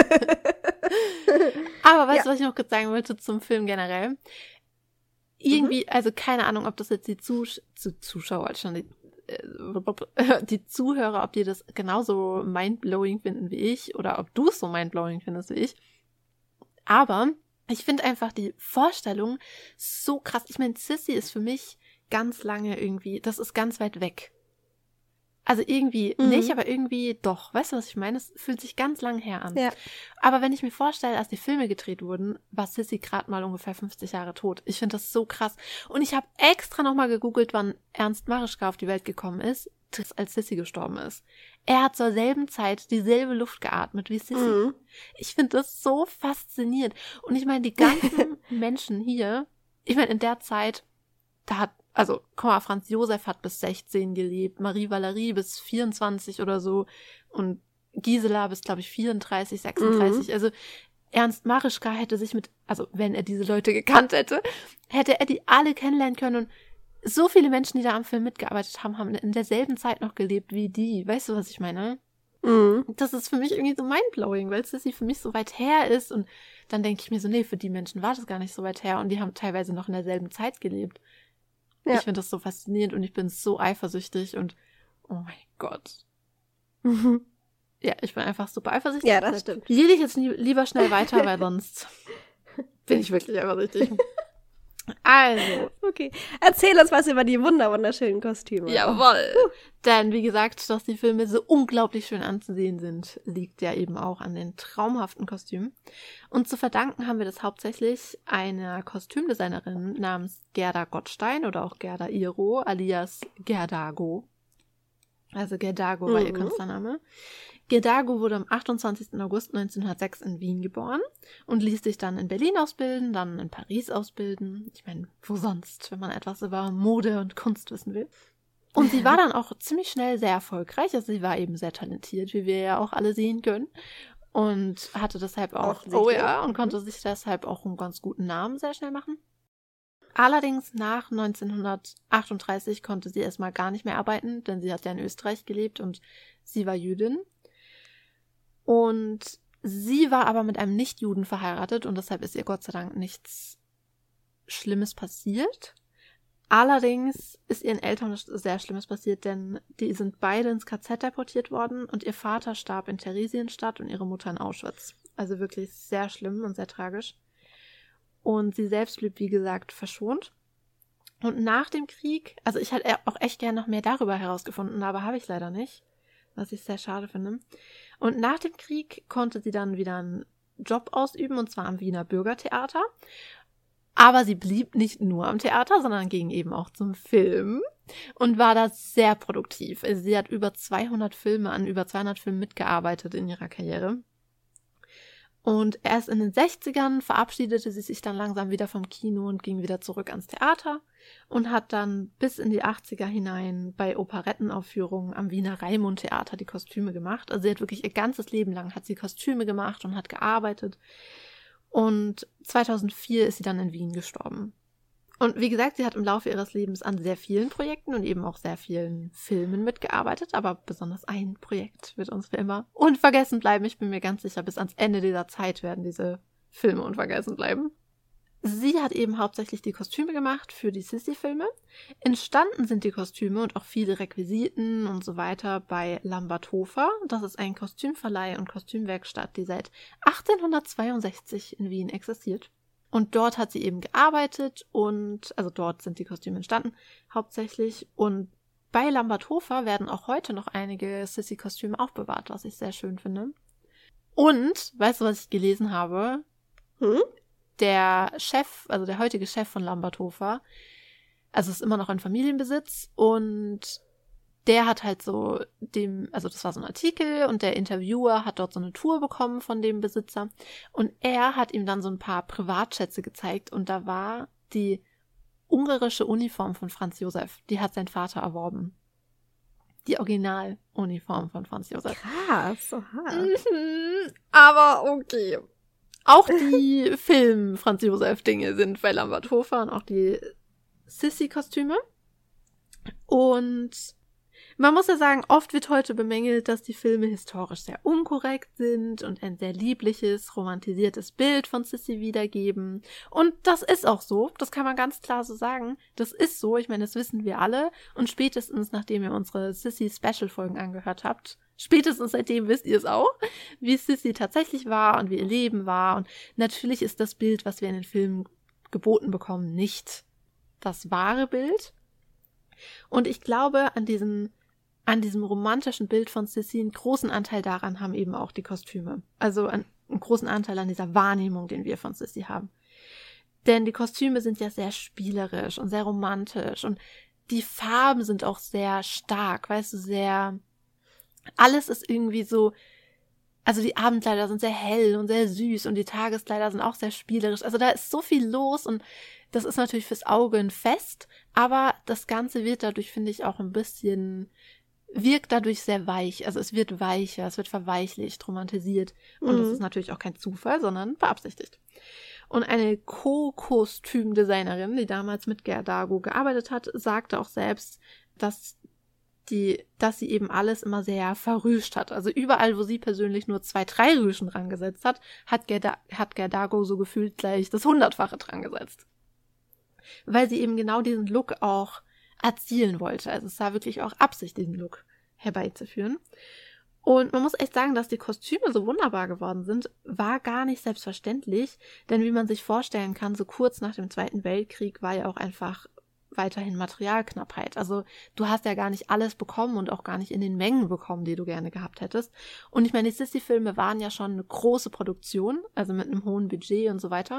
Speaker 2: Aber weißt
Speaker 1: Ja.
Speaker 2: du, was ich noch kurz sagen wollte zum Film generell? Irgendwie,
Speaker 1: Mhm.
Speaker 2: also keine Ahnung, ob das jetzt die Zus zu Zuschauer, schon die, äh, die Zuhörer, ob die das genauso mindblowing finden wie ich oder ob du es so mindblowing findest wie ich. Aber ich finde einfach die Vorstellung so krass. Ich meine, Sissy ist für mich ganz lange irgendwie, das ist ganz weit weg. Also irgendwie
Speaker 1: Mhm.
Speaker 2: nicht, aber irgendwie doch. Weißt du, was ich meine? Es fühlt sich ganz lang her an.
Speaker 1: Ja.
Speaker 2: Aber wenn ich mir vorstelle, als die Filme gedreht wurden, war Sissy gerade mal ungefähr fünfzig Jahre tot. Ich finde das so krass. Und ich habe extra nochmal gegoogelt, wann Ernst Marischka auf die Welt gekommen ist, als Sissy gestorben ist. Er hat zur selben Zeit dieselbe Luft geatmet wie Sissy.
Speaker 1: Mhm.
Speaker 2: Ich finde das so faszinierend. Und ich meine, die ganzen Menschen hier, ich meine, in der Zeit, da hat, also, guck mal, Franz Josef hat bis sechzehn gelebt, Marie Valerie bis vierundzwanzig oder so und Gisela bis, glaube ich, vierunddreißig, sechsunddreißig. Mhm. Also Ernst Marischka hätte sich mit, also wenn er diese Leute gekannt hätte, hätte er die alle kennenlernen können und so viele Menschen, die da am Film mitgearbeitet haben, haben in derselben Zeit noch gelebt wie die. Weißt du, was ich meine?
Speaker 1: Mhm.
Speaker 2: Das ist für mich irgendwie so mindblowing, weil Sissy für mich so weit her ist und dann denke ich mir so, nee, für die Menschen war das gar nicht so weit her und die haben teilweise noch in derselben Zeit gelebt.
Speaker 1: Ja.
Speaker 2: Ich finde das so faszinierend und ich bin so eifersüchtig und oh mein Gott.
Speaker 1: Mhm.
Speaker 2: Ja, ich bin einfach super eifersüchtig.
Speaker 1: Ja, das stimmt.
Speaker 2: Jede ich jetzt nie, lieber schnell weiter, weil sonst bin ich wirklich eifersüchtig. Also.
Speaker 1: Okay, erzähl uns was über die wunder wunderschönen Kostüme.
Speaker 2: Jawohl. Uh. Denn wie gesagt, dass die Filme so unglaublich schön anzusehen sind, liegt ja eben auch an den traumhaften Kostümen. Und zu verdanken haben wir das hauptsächlich einer Kostümdesignerin namens Gerda Gottstein oder auch Gerda Iro alias Gerdago. Also Gerdago war mhm. ihr Künstlername. Gerdago wurde am achtundzwanzigsten August neunzehnhundertsechs in Wien geboren und ließ sich dann in Berlin ausbilden, dann in Paris ausbilden. Ich meine, wo sonst, wenn man etwas über Mode und Kunst wissen will. Und sie war dann auch ziemlich schnell sehr erfolgreich. Also sie war eben sehr talentiert, wie wir ja auch alle sehen können. Und hatte deshalb auch, oh ja, und konnte sich deshalb auch einen ganz guten Namen sehr schnell machen. Allerdings nach neunzehnhundertachtunddreißig konnte sie erstmal gar nicht mehr arbeiten, denn sie hat ja in Österreich gelebt und sie war Jüdin. Und sie war aber mit einem Nicht-Juden verheiratet und deshalb ist ihr Gott sei Dank nichts Schlimmes passiert. Allerdings ist ihren Eltern sehr Schlimmes passiert, denn die sind beide ins K Z deportiert worden und ihr Vater starb in Theresienstadt und ihre Mutter in Auschwitz. Also wirklich sehr schlimm und sehr tragisch. Und sie selbst blieb, wie gesagt, verschont. Und nach dem Krieg, also ich hätte auch echt gerne noch mehr darüber herausgefunden, aber habe ich leider nicht, was ich sehr schade finde. Und nach dem Krieg konnte sie dann wieder einen Job ausüben, und zwar am Wiener Bürgertheater. Aber sie blieb nicht nur am Theater, sondern ging eben auch zum Film und war da sehr produktiv. Also sie hat über zweihundert Filme, an über zweihundert Filmen mitgearbeitet in ihrer Karriere. Und erst in den sechzigern verabschiedete sie sich dann langsam wieder vom Kino und ging wieder zurück ans Theater und hat dann bis in die achtziger hinein bei Operettenaufführungen am Wiener Raimund-Theater die Kostüme gemacht. Also sie hat wirklich ihr ganzes Leben lang hat sie Kostüme gemacht und hat gearbeitet. Und zweitausendvier ist sie dann in Wien gestorben. Und wie gesagt, sie hat im Laufe ihres Lebens an sehr vielen Projekten und eben auch sehr vielen Filmen mitgearbeitet, aber besonders ein Projekt wird uns für immer unvergessen bleiben. Ich bin mir ganz sicher, bis ans Ende dieser Zeit werden diese Filme unvergessen bleiben. Sie hat eben hauptsächlich die Kostüme gemacht für die Sissy-Filme. Entstanden sind die Kostüme und auch viele Requisiten und so weiter bei Lambert Hofer. Das ist ein Kostümverleih und Kostümwerkstatt, die seit achtzehnhundertzweiundsechzig in Wien existiert. Und dort hat sie eben gearbeitet und, also dort sind die Kostüme entstanden, hauptsächlich. Und bei Lambert Hofer werden auch heute noch einige Sissy-Kostüme aufbewahrt, was ich sehr schön finde. Und, weißt du, was ich gelesen habe?
Speaker 1: Hm?
Speaker 2: Der Chef, also der heutige Chef von Lambert Hofer, also ist immer noch in Familienbesitz und der hat halt so dem, also das war so ein Artikel und der Interviewer hat dort so eine Tour bekommen von dem Besitzer und er hat ihm dann so ein paar Privatschätze gezeigt und da war die ungarische Uniform von Franz Josef, die hat sein Vater erworben. Die Originaluniform von Franz Josef.
Speaker 1: Krass, so hart.
Speaker 2: Mhm, aber okay. Auch die Film-Franz Josef-Dinge sind bei Lambert Hofer und auch die Sissy-Kostüme. Und man muss ja sagen, oft wird heute bemängelt, dass die Filme historisch sehr unkorrekt sind und ein sehr liebliches, romantisiertes Bild von Sissy wiedergeben. Und das ist auch so, das kann man ganz klar so sagen. Das ist so, ich meine, das wissen wir alle. Und spätestens, nachdem ihr unsere Sissy-Special-Folgen angehört habt, spätestens seitdem wisst ihr es auch, wie Sissy tatsächlich war und wie ihr Leben war. Und natürlich ist das Bild, was wir in den Filmen geboten bekommen, nicht das wahre Bild. Und ich glaube, an diesem, an diesem romantischen Bild von Sissy, einen großen Anteil daran haben eben auch die Kostüme. Also einen, einen großen Anteil an dieser Wahrnehmung, den wir von Sissy haben. Denn die Kostüme sind ja sehr spielerisch und sehr romantisch und die Farben sind auch sehr stark, weißt du, sehr, alles ist irgendwie so, also die Abendkleider sind sehr hell und sehr süß und die Tageskleider sind auch sehr spielerisch. Also da ist so viel los und das ist natürlich fürs Auge ein Fest, aber das Ganze wird dadurch, finde ich, auch ein bisschen, wirkt dadurch sehr weich. Also es wird weicher, es wird verweichlicht, romantisiert. Und
Speaker 1: Mhm.
Speaker 2: das ist natürlich auch kein Zufall, sondern beabsichtigt. Und eine Co-Kostümdesignerin, die damals mit Gerdago gearbeitet hat, sagte auch selbst, dass die, dass sie eben alles immer sehr verrüscht hat. Also überall, wo sie persönlich nur zwei, drei Rüschen dran gesetzt hat, hat, Gerda, hat Gerdago so gefühlt gleich das Hundertfache dran gesetzt. Weil sie eben genau diesen Look auch erzielen wollte. Also es war wirklich auch Absicht, diesen Look herbeizuführen. Und man muss echt sagen, dass die Kostüme so wunderbar geworden sind, war gar nicht selbstverständlich. Denn wie man sich vorstellen kann, so kurz nach dem Zweiten Weltkrieg war ja auch einfach weiterhin Materialknappheit. Also du hast ja gar nicht alles bekommen und auch gar nicht in den Mengen bekommen, die du gerne gehabt hättest. Und ich meine, die Sissy-Filme waren ja schon eine große Produktion, also mit einem hohen Budget und so weiter.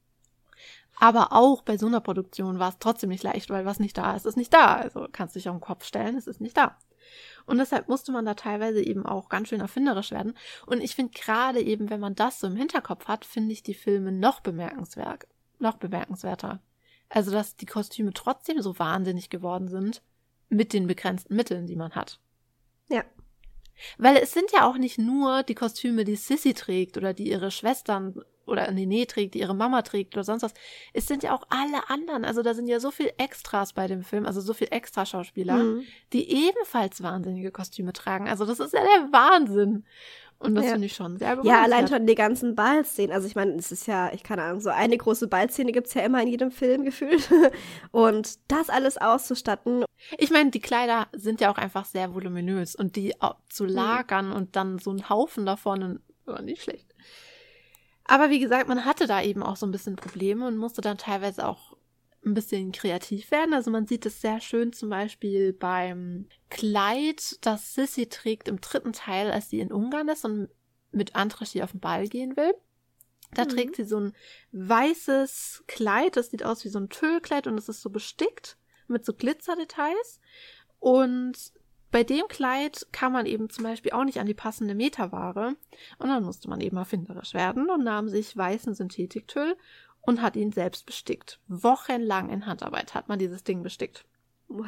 Speaker 2: Aber auch bei so einer Produktion war es trotzdem nicht leicht, weil was nicht da ist, ist nicht da. Also kannst du dich auf den Kopf stellen, es ist nicht da. Und deshalb musste man da teilweise eben auch ganz schön erfinderisch werden. Und ich finde gerade eben, wenn man das so im Hinterkopf hat, finde ich die Filme noch bemerkenswert, noch bemerkenswerter. Also, dass die Kostüme trotzdem so wahnsinnig geworden sind mit den begrenzten Mitteln, die man hat.
Speaker 1: Ja.
Speaker 2: Weil es sind ja auch nicht nur die Kostüme, die Sissy trägt oder die ihre Schwestern oder Nene trägt, die ihre Mama trägt oder sonst was. Es sind ja auch alle anderen. Also da sind ja so viel Extras bei dem Film, also so viel Extraschauspieler, mhm. die ebenfalls wahnsinnige Kostüme tragen. Also das ist ja der Wahnsinn. Und das ja. finde ich schon sehr bewundernswert.
Speaker 1: Ja, allein schon die ganzen Ballszenen. Also ich meine, es ist ja, ich keine Ahnung, so eine große Ballszene gibt's ja immer in jedem Film gefühlt. Und das alles auszustatten.
Speaker 2: Ich meine, die Kleider sind ja auch einfach sehr voluminös. Und die zu lagern mhm. und dann so einen Haufen davon, war nicht schlecht. Aber wie gesagt, man hatte da eben auch so ein bisschen Probleme und musste dann teilweise auch ein bisschen kreativ werden. Also man sieht es sehr schön zum Beispiel beim Kleid, das Sissy trägt im dritten Teil, als sie in Ungarn ist und mit András auf den Ball gehen will. Da mhm. trägt sie so ein weißes Kleid, das sieht aus wie so ein Tüllkleid und es ist so bestickt mit so Glitzerdetails. Und bei dem Kleid kam man eben zum Beispiel auch nicht an die passende Meterware und dann musste man eben erfinderisch werden und nahm sich weißen Synthetiktüll und hat ihn selbst bestickt. Wochenlang in Handarbeit hat man dieses Ding bestickt.
Speaker 1: Wow.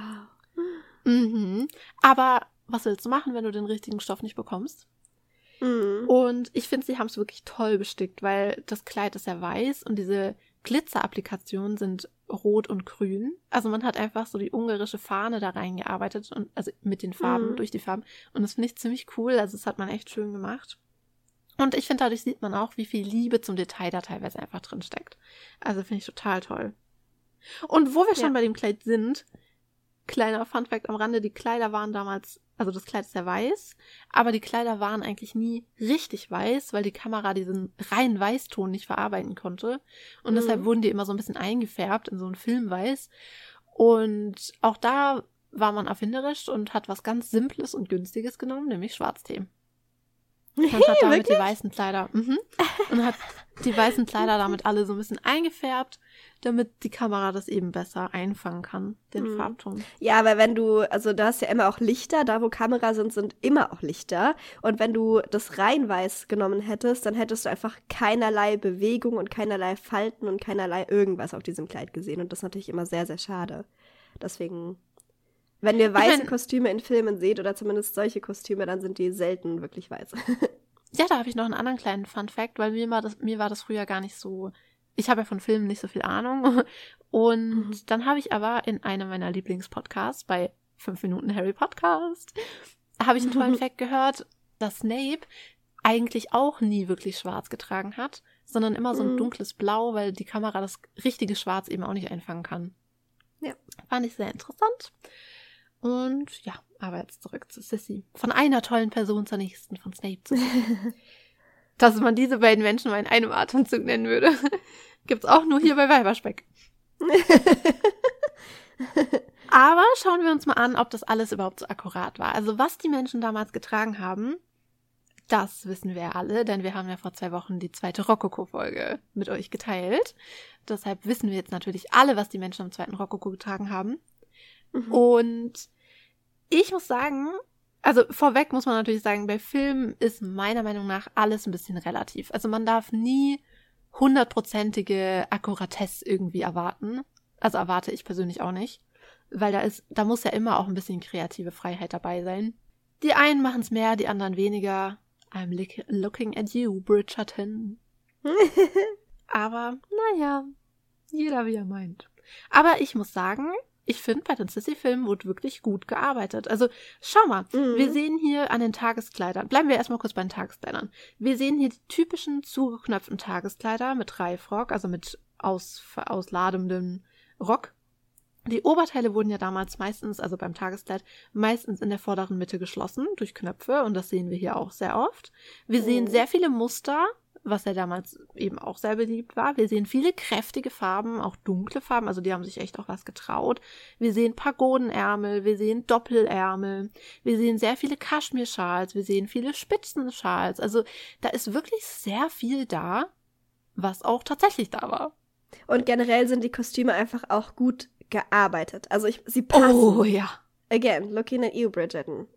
Speaker 2: Mhm. Aber was willst du machen, wenn du den richtigen Stoff nicht bekommst? Mhm. Und ich finde, sie haben es wirklich toll bestickt, weil das Kleid ist ja weiß und diese Glitzerapplikationen sind rot und grün. Also man hat einfach so die ungarische Fahne da reingearbeitet und also mit den Farben, mhm. durch die Farben. Und das finde ich ziemlich cool. Also das hat man echt schön gemacht. Und ich finde, dadurch sieht man auch, wie viel Liebe zum Detail da teilweise einfach drin steckt. Also finde ich total toll. Und wo wir schon ja. bei dem Kleid sind, kleiner Funfact am Rande, die Kleider waren damals, also das Kleid ist ja weiß, aber die Kleider waren eigentlich nie richtig weiß, weil die Kamera diesen reinen Weißton nicht verarbeiten konnte. Und mhm. deshalb wurden die immer so ein bisschen eingefärbt in so ein Filmweiß. Und auch da war man erfinderisch und hat was ganz Simples und Günstiges genommen, nämlich Schwarztee. Und hat damit
Speaker 1: Wirklich?
Speaker 2: die weißen Kleider mhm, und hat die weißen Kleider damit alle so ein bisschen eingefärbt, damit die Kamera das eben besser einfangen kann, den mhm. Farbton.
Speaker 1: Ja, weil wenn du, also da hast ja immer auch Lichter, da wo Kamera sind, sind immer auch Lichter. Und wenn du das rein weiß genommen hättest, dann hättest du einfach keinerlei Bewegung und keinerlei Falten und keinerlei irgendwas auf diesem Kleid gesehen. Und das ist natürlich immer sehr, sehr schade. Deswegen, wenn ihr weiße ich mein, Kostüme in Filmen seht, oder zumindest solche Kostüme, dann sind die selten wirklich weiß.
Speaker 2: Ja, da habe ich noch einen anderen kleinen Fun-Fact, weil mir war das, mir war das früher gar nicht so, ich habe ja von Filmen nicht so viel Ahnung. Und mhm. dann habe ich aber in einem meiner Lieblingspodcasts, bei fünf Minuten Harry Podcast, habe ich einen tollen Fact gehört, dass Snape eigentlich auch nie wirklich schwarz getragen hat, sondern immer so ein mhm. dunkles Blau, weil die Kamera das richtige Schwarz eben auch nicht einfangen kann.
Speaker 1: Ja.
Speaker 2: Fand ich sehr interessant. Und ja, aber jetzt zurück zu Sissy. Von einer tollen Person zur nächsten, von Snape zu Sissy. Dass man diese beiden Menschen mal in einem Atemzug nennen würde, gibt's auch nur hier bei Weiberspeck. Aber schauen wir uns mal an, ob das alles überhaupt so akkurat war. Also was die Menschen damals getragen haben, das wissen wir alle, denn wir haben ja vor zwei Wochen die zweite Rokoko-Folge mit euch geteilt. Deshalb wissen wir jetzt natürlich alle, was die Menschen am zweiten Rokoko getragen haben. Mhm. Und ich muss sagen, also vorweg muss man natürlich sagen, bei Filmen ist meiner Meinung nach alles ein bisschen relativ. Also man darf nie hundertprozentige Akkuratesse irgendwie erwarten. Also erwarte ich persönlich auch nicht. Weil da ist, da muss ja immer auch ein bisschen kreative Freiheit dabei sein. Die einen machen es mehr, die anderen weniger. I'm li- looking at you, Bridgerton. Aber, naja, jeder wie er meint. Aber ich muss sagen, ich finde, bei den Sissy-Filmen wurde wirklich gut gearbeitet. Also, schau mal, mhm. wir sehen hier an den Tageskleidern, bleiben wir erstmal kurz bei den Tageskleidern. Wir sehen hier die typischen zugeknöpften Tageskleider mit Reifrock, also mit aus, ausladendem Rock. Die Oberteile wurden ja damals meistens, also beim Tageskleid, meistens in der vorderen Mitte geschlossen durch Knöpfe und das sehen wir hier auch sehr oft. Wir mhm. sehen sehr viele Muster, was ja damals eben auch sehr beliebt war. Wir sehen viele kräftige Farben, auch dunkle Farben, also die haben sich echt auch was getraut. Wir sehen Pagodenärmel, wir sehen Doppelärmel, wir sehen sehr viele Kaschmirschals, wir sehen viele Spitzenschals. Also da ist wirklich sehr viel da, was auch tatsächlich da war.
Speaker 1: Und generell sind die Kostüme einfach auch gut gearbeitet. Also ich, sie passen.
Speaker 2: Oh ja.
Speaker 1: Again, looking at you, Bridgerton.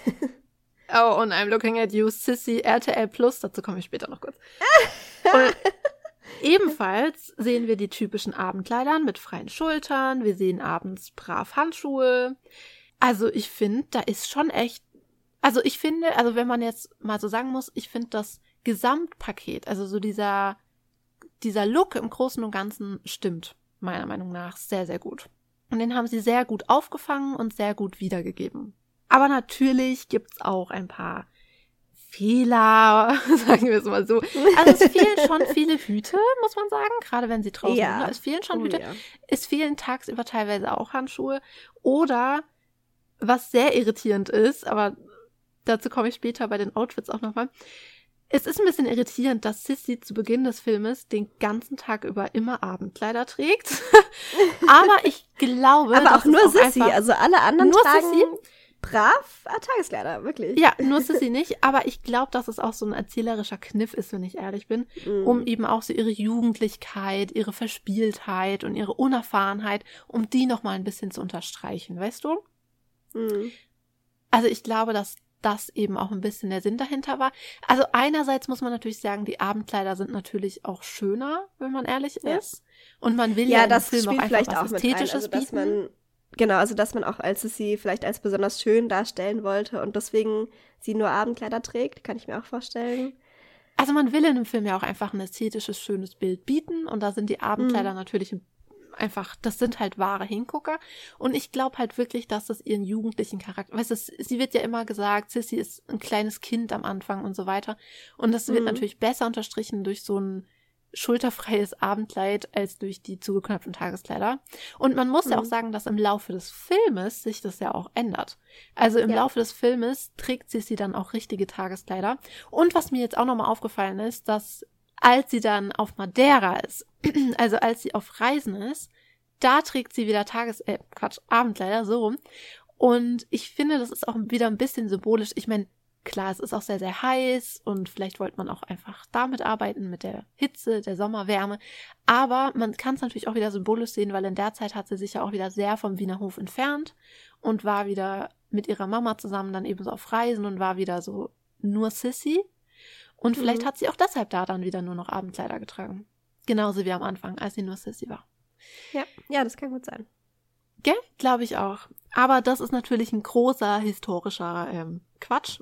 Speaker 2: Oh, und I'm looking at you, Sissy, R T L Plus. Dazu komme ich später noch kurz. Und ebenfalls sehen wir die typischen Abendkleidern mit freien Schultern. Wir sehen abends brav Handschuhe. Also ich finde, da ist schon echt, also ich finde, also wenn man jetzt mal so sagen muss, ich finde das Gesamtpaket, also so dieser, dieser Look im Großen und Ganzen stimmt, meiner Meinung nach, sehr, sehr gut. Und den haben sie sehr gut aufgefangen und sehr gut wiedergegeben. Aber natürlich gibt's auch ein paar Fehler, sagen wir es mal so. Also es fehlen schon viele Hüte, muss man sagen, gerade wenn sie draußen
Speaker 1: ja.
Speaker 2: sind. Es fehlen schon
Speaker 1: oh,
Speaker 2: Hüte.
Speaker 1: Ja.
Speaker 2: Es fehlen tagsüber teilweise auch Handschuhe. Oder, was sehr irritierend ist, aber dazu komme ich später bei den Outfits auch nochmal, es ist ein bisschen irritierend, dass Sissy zu Beginn des Filmes den ganzen Tag über immer Abendkleider trägt. Aber ich glaube,
Speaker 1: aber auch nur
Speaker 2: auch
Speaker 1: Sissy, also alle anderen
Speaker 2: nur
Speaker 1: tragen
Speaker 2: Sissy.
Speaker 1: brav ah, Tageskleider, wirklich.
Speaker 2: Ja, nur Sissy nicht, aber ich glaube, dass es auch so ein erzählerischer Kniff ist, wenn ich ehrlich bin,
Speaker 1: mm.
Speaker 2: um eben auch so ihre Jugendlichkeit, ihre Verspieltheit und ihre Unerfahrenheit, um die nochmal ein bisschen zu unterstreichen, weißt du?
Speaker 1: Mm.
Speaker 2: Also ich glaube, dass das eben auch ein bisschen der Sinn dahinter war. Also einerseits muss man natürlich sagen, die Abendkleider sind natürlich auch schöner, wenn man ehrlich
Speaker 1: ja.
Speaker 2: ist. Und man will
Speaker 1: ja,
Speaker 2: ja im
Speaker 1: das
Speaker 2: Film auch
Speaker 1: spielt
Speaker 2: einfach
Speaker 1: vielleicht
Speaker 2: was
Speaker 1: auch mit
Speaker 2: Ästhetisches
Speaker 1: rein. Also, dass
Speaker 2: bieten.
Speaker 1: man, genau, also dass man auch als sie vielleicht als besonders schön darstellen wollte und deswegen sie nur Abendkleider trägt, kann ich mir auch vorstellen.
Speaker 2: Also man will in einem Film ja auch einfach ein ästhetisches, schönes Bild bieten und da sind die Abendkleider mhm. natürlich einfach, das sind halt wahre Hingucker und ich glaube halt wirklich, dass das ihren jugendlichen Charakter, weißt du, sie wird ja immer gesagt, Sissy ist ein kleines Kind am Anfang und so weiter und das wird mhm. natürlich besser unterstrichen durch so ein schulterfreies Abendkleid als durch die zugeknöpften Tageskleider. Und man muss mhm. ja auch sagen, dass im Laufe des Filmes sich das ja auch ändert. Also im ja. Laufe des Filmes trägt Sissy dann auch richtige Tageskleider. Und was mir jetzt auch nochmal aufgefallen ist, dass als sie dann auf Madeira ist, also als sie auf Reisen ist, da trägt sie wieder Tages-, äh, Quatsch, Abendkleider, so rum. Und ich finde, das ist auch wieder ein bisschen symbolisch. Ich meine, klar, es ist auch sehr, sehr heiß und vielleicht wollte man auch einfach damit arbeiten, mit der Hitze, der Sommerwärme. Aber man kann es natürlich auch wieder symbolisch sehen, weil in der Zeit hat sie sich ja auch wieder sehr vom Wiener Hof entfernt und war wieder mit ihrer Mama zusammen dann eben so auf Reisen und war wieder so nur Sissy. Und vielleicht mhm. hat sie auch deshalb da dann wieder nur noch Abendkleider getragen. Genauso wie am Anfang, als sie nur Sissy war.
Speaker 1: Ja, ja, das kann gut sein.
Speaker 2: Gell? Glaube ich auch. Aber das ist natürlich ein großer historischer ähm, Quatsch.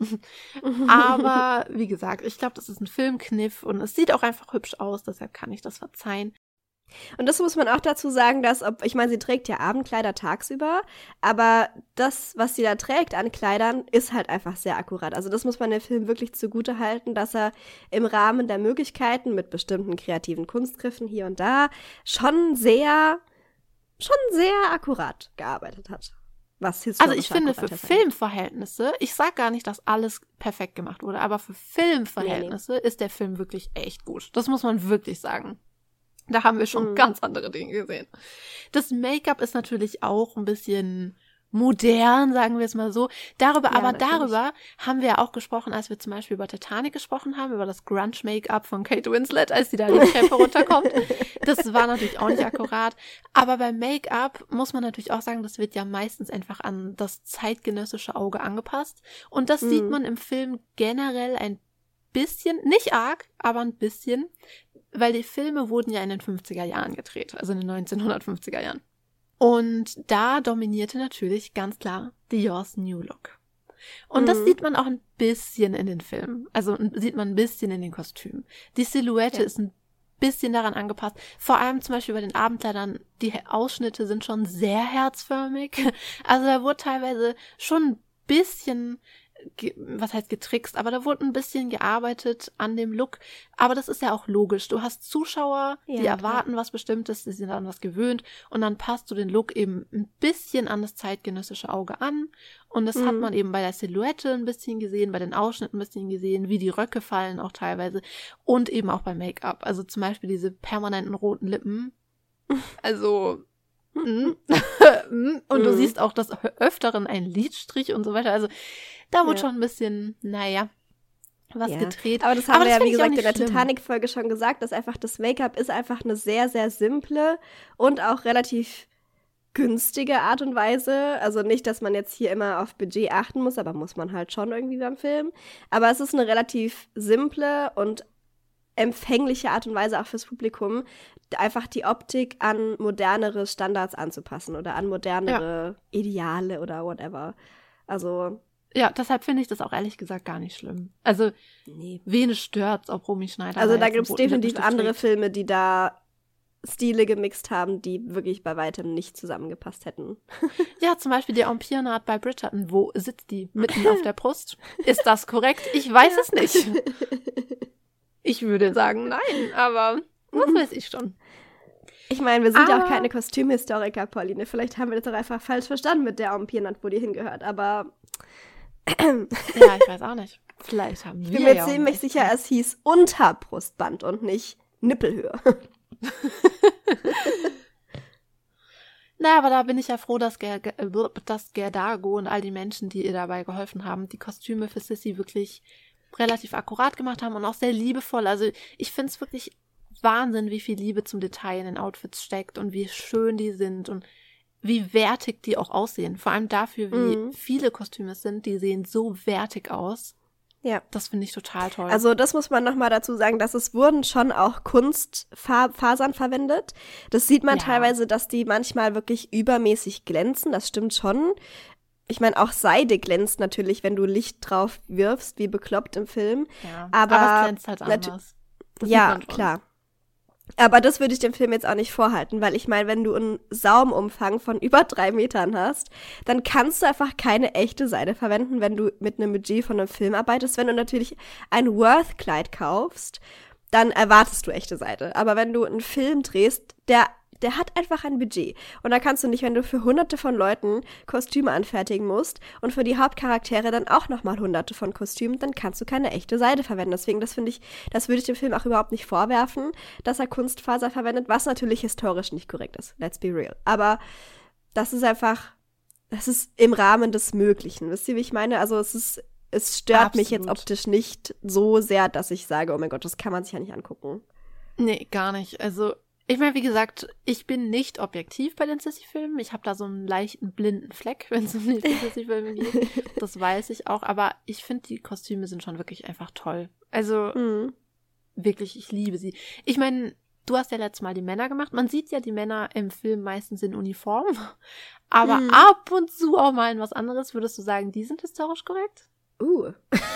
Speaker 2: Aber wie gesagt, ich glaube, das ist ein Filmkniff und es sieht auch einfach hübsch aus, deshalb kann ich das verzeihen.
Speaker 1: Und das muss man auch dazu sagen, dass, ob, ich meine, sie trägt ja Abendkleider tagsüber, aber das, was sie da trägt an Kleidern, ist halt einfach sehr akkurat. Also das muss man dem Film wirklich zugute halten, dass er im Rahmen der Möglichkeiten mit bestimmten kreativen Kunstgriffen hier und da schon sehr, schon sehr akkurat gearbeitet hat. Was
Speaker 2: also ich finde, für Filmverhältnisse, ich sag gar nicht, dass alles perfekt gemacht wurde, aber für Filmverhältnisse nee, nee. ist der Film wirklich echt gut. Das muss man wirklich sagen. Da haben wir schon mhm. ganz andere Dinge gesehen. Das Make-up ist natürlich auch ein bisschen modern, sagen wir es mal so. Darüber, ja, aber natürlich. darüber haben wir ja auch gesprochen, als wir zum Beispiel über Titanic gesprochen haben, über das Grunge-Make-up von Kate Winslet, als sie da die Treppe runterkommt. Das war natürlich auch nicht akkurat. Aber beim Make-up muss man natürlich auch sagen, das wird ja meistens einfach an das zeitgenössische Auge angepasst. Und das mhm. sieht man im Film generell ein bisschen, nicht arg, aber ein bisschen, weil die Filme wurden ja in den fünfziger Jahren gedreht, also in den neunzehnhundertfünfziger Jahren. Und da dominierte natürlich ganz klar Dior's New Look. Und mhm. das sieht man auch ein bisschen in den Filmen, also sieht man ein bisschen in den Kostümen. Die Silhouette ja. ist ein bisschen daran angepasst. Vor allem zum Beispiel bei den Abendkleidern, die Ausschnitte sind schon sehr herzförmig. Also da wurde teilweise schon ein bisschen, was heißt getrickst, aber da wurde ein bisschen gearbeitet an dem Look. Aber das ist ja auch logisch. Du hast Zuschauer, die ja, erwarten was Bestimmtes, die sind an was gewöhnt und dann passt du den Look eben ein bisschen an das zeitgenössische Auge an. Und das mhm. hat man eben bei der Silhouette ein bisschen gesehen, bei den Ausschnitten ein bisschen gesehen, wie die Röcke fallen auch teilweise und eben auch beim Make-up. Also zum Beispiel diese permanenten roten Lippen. Also und du mhm. siehst auch des Öfteren einen Lidstrich und so weiter. Also da wurde ja. schon ein bisschen, naja, was ja. gedreht.
Speaker 1: Aber das haben Aber wir das ja, wie gesagt, in der Titanic-Folge schon gesagt, dass einfach das Make-up ist einfach eine sehr, sehr simple und auch relativ günstige Art und Weise. Also nicht, dass man jetzt hier immer auf Budget achten muss, aber muss man halt schon irgendwie beim Film. Aber es ist eine relativ simple und empfängliche Art und Weise auch fürs Publikum, einfach die Optik an modernere Standards anzupassen oder an modernere ja. Ideale oder whatever. Also
Speaker 2: ja, deshalb finde ich das auch ehrlich gesagt gar nicht schlimm. Also, nee. wen es stört, ob Romy Schneider
Speaker 1: Also da gibt es definitiv andere Filme, die da Stile gemixt haben, die wirklich bei weitem nicht zusammengepasst hätten.
Speaker 2: Ja, zum Beispiel die Empire-Naht bei Bridgerton. Wo sitzt die? Mitten auf der Brust? Ist das korrekt? Ich weiß ja. es nicht. Ich würde sagen nein, aber was weiß ich schon.
Speaker 1: Ich meine, wir sind ja auch keine Kostümhistoriker, Pauline. Vielleicht haben wir das doch einfach falsch verstanden mit der Empire-Naht, wo die hingehört, aber
Speaker 2: ja, ich weiß auch nicht. Vielleicht haben wir
Speaker 1: Ich bin mir
Speaker 2: ja
Speaker 1: ziemlich sicher, es hieß Unterbrustband und nicht Nippelhöhe.
Speaker 2: Naja, aber da bin ich ja froh, dass, Ger- dass Gerdago und all die Menschen, die ihr dabei geholfen haben, die Kostüme für Sissy wirklich relativ akkurat gemacht haben und auch sehr liebevoll. Also ich finde es wirklich Wahnsinn, wie viel Liebe zum Detail in den Outfits steckt und wie schön die sind und wie wertig die auch aussehen. Vor allem dafür, wie mhm. viele Kostüme es sind, die sehen so wertig aus.
Speaker 1: Ja.
Speaker 2: Das finde ich total toll.
Speaker 1: Also das muss man nochmal dazu sagen, dass es wurden schon auch Kunstfasern verwendet. Das sieht man ja. teilweise, dass die manchmal wirklich übermäßig glänzen. Das stimmt schon. Ich meine, auch Seide glänzt natürlich, wenn du Licht drauf wirfst, wie bekloppt im Film.
Speaker 2: Ja,
Speaker 1: aber,
Speaker 2: aber es glänzt halt anders.
Speaker 1: Das ja, klar. Aber das würde ich dem Film jetzt auch nicht vorhalten, weil ich meine, wenn du einen Saumumfang von über drei Metern hast, dann kannst du einfach keine echte Seide verwenden, wenn du mit einem Budget von einem Film arbeitest. Wenn du natürlich ein Worth-Kleid kaufst, dann erwartest du echte Seide. Aber wenn du einen Film drehst, der Der hat einfach ein Budget. Und da kannst du nicht, wenn du für hunderte von Leuten Kostüme anfertigen musst und für die Hauptcharaktere dann auch nochmal hunderte von Kostümen, dann kannst du keine echte Seide verwenden. Deswegen, das finde ich, das würde ich dem Film auch überhaupt nicht vorwerfen, dass er Kunstfaser verwendet, was natürlich historisch nicht korrekt ist. Let's be real. Aber das ist einfach, das ist im Rahmen des Möglichen. Wisst ihr, wie ich meine? Also es ist, es stört Absolut. mich jetzt optisch nicht so sehr, dass ich sage, oh mein Gott, das kann man sich ja nicht angucken.
Speaker 2: Nee, gar nicht. Also ich meine, wie gesagt, ich bin nicht objektiv bei den Sissy-Filmen. Ich habe da so einen leichten blinden Fleck, wenn es um die Sissy-Filme geht. Das weiß ich auch. Aber ich finde, die Kostüme sind schon wirklich einfach toll. Also mhm. wirklich, ich liebe sie. Ich meine, du hast ja letztes Mal die Männer gemacht. Man sieht ja die Männer im Film meistens in Uniform. Aber mhm. ab und zu auch mal in was anderes. Würdest du sagen, die sind historisch korrekt?
Speaker 1: Uh.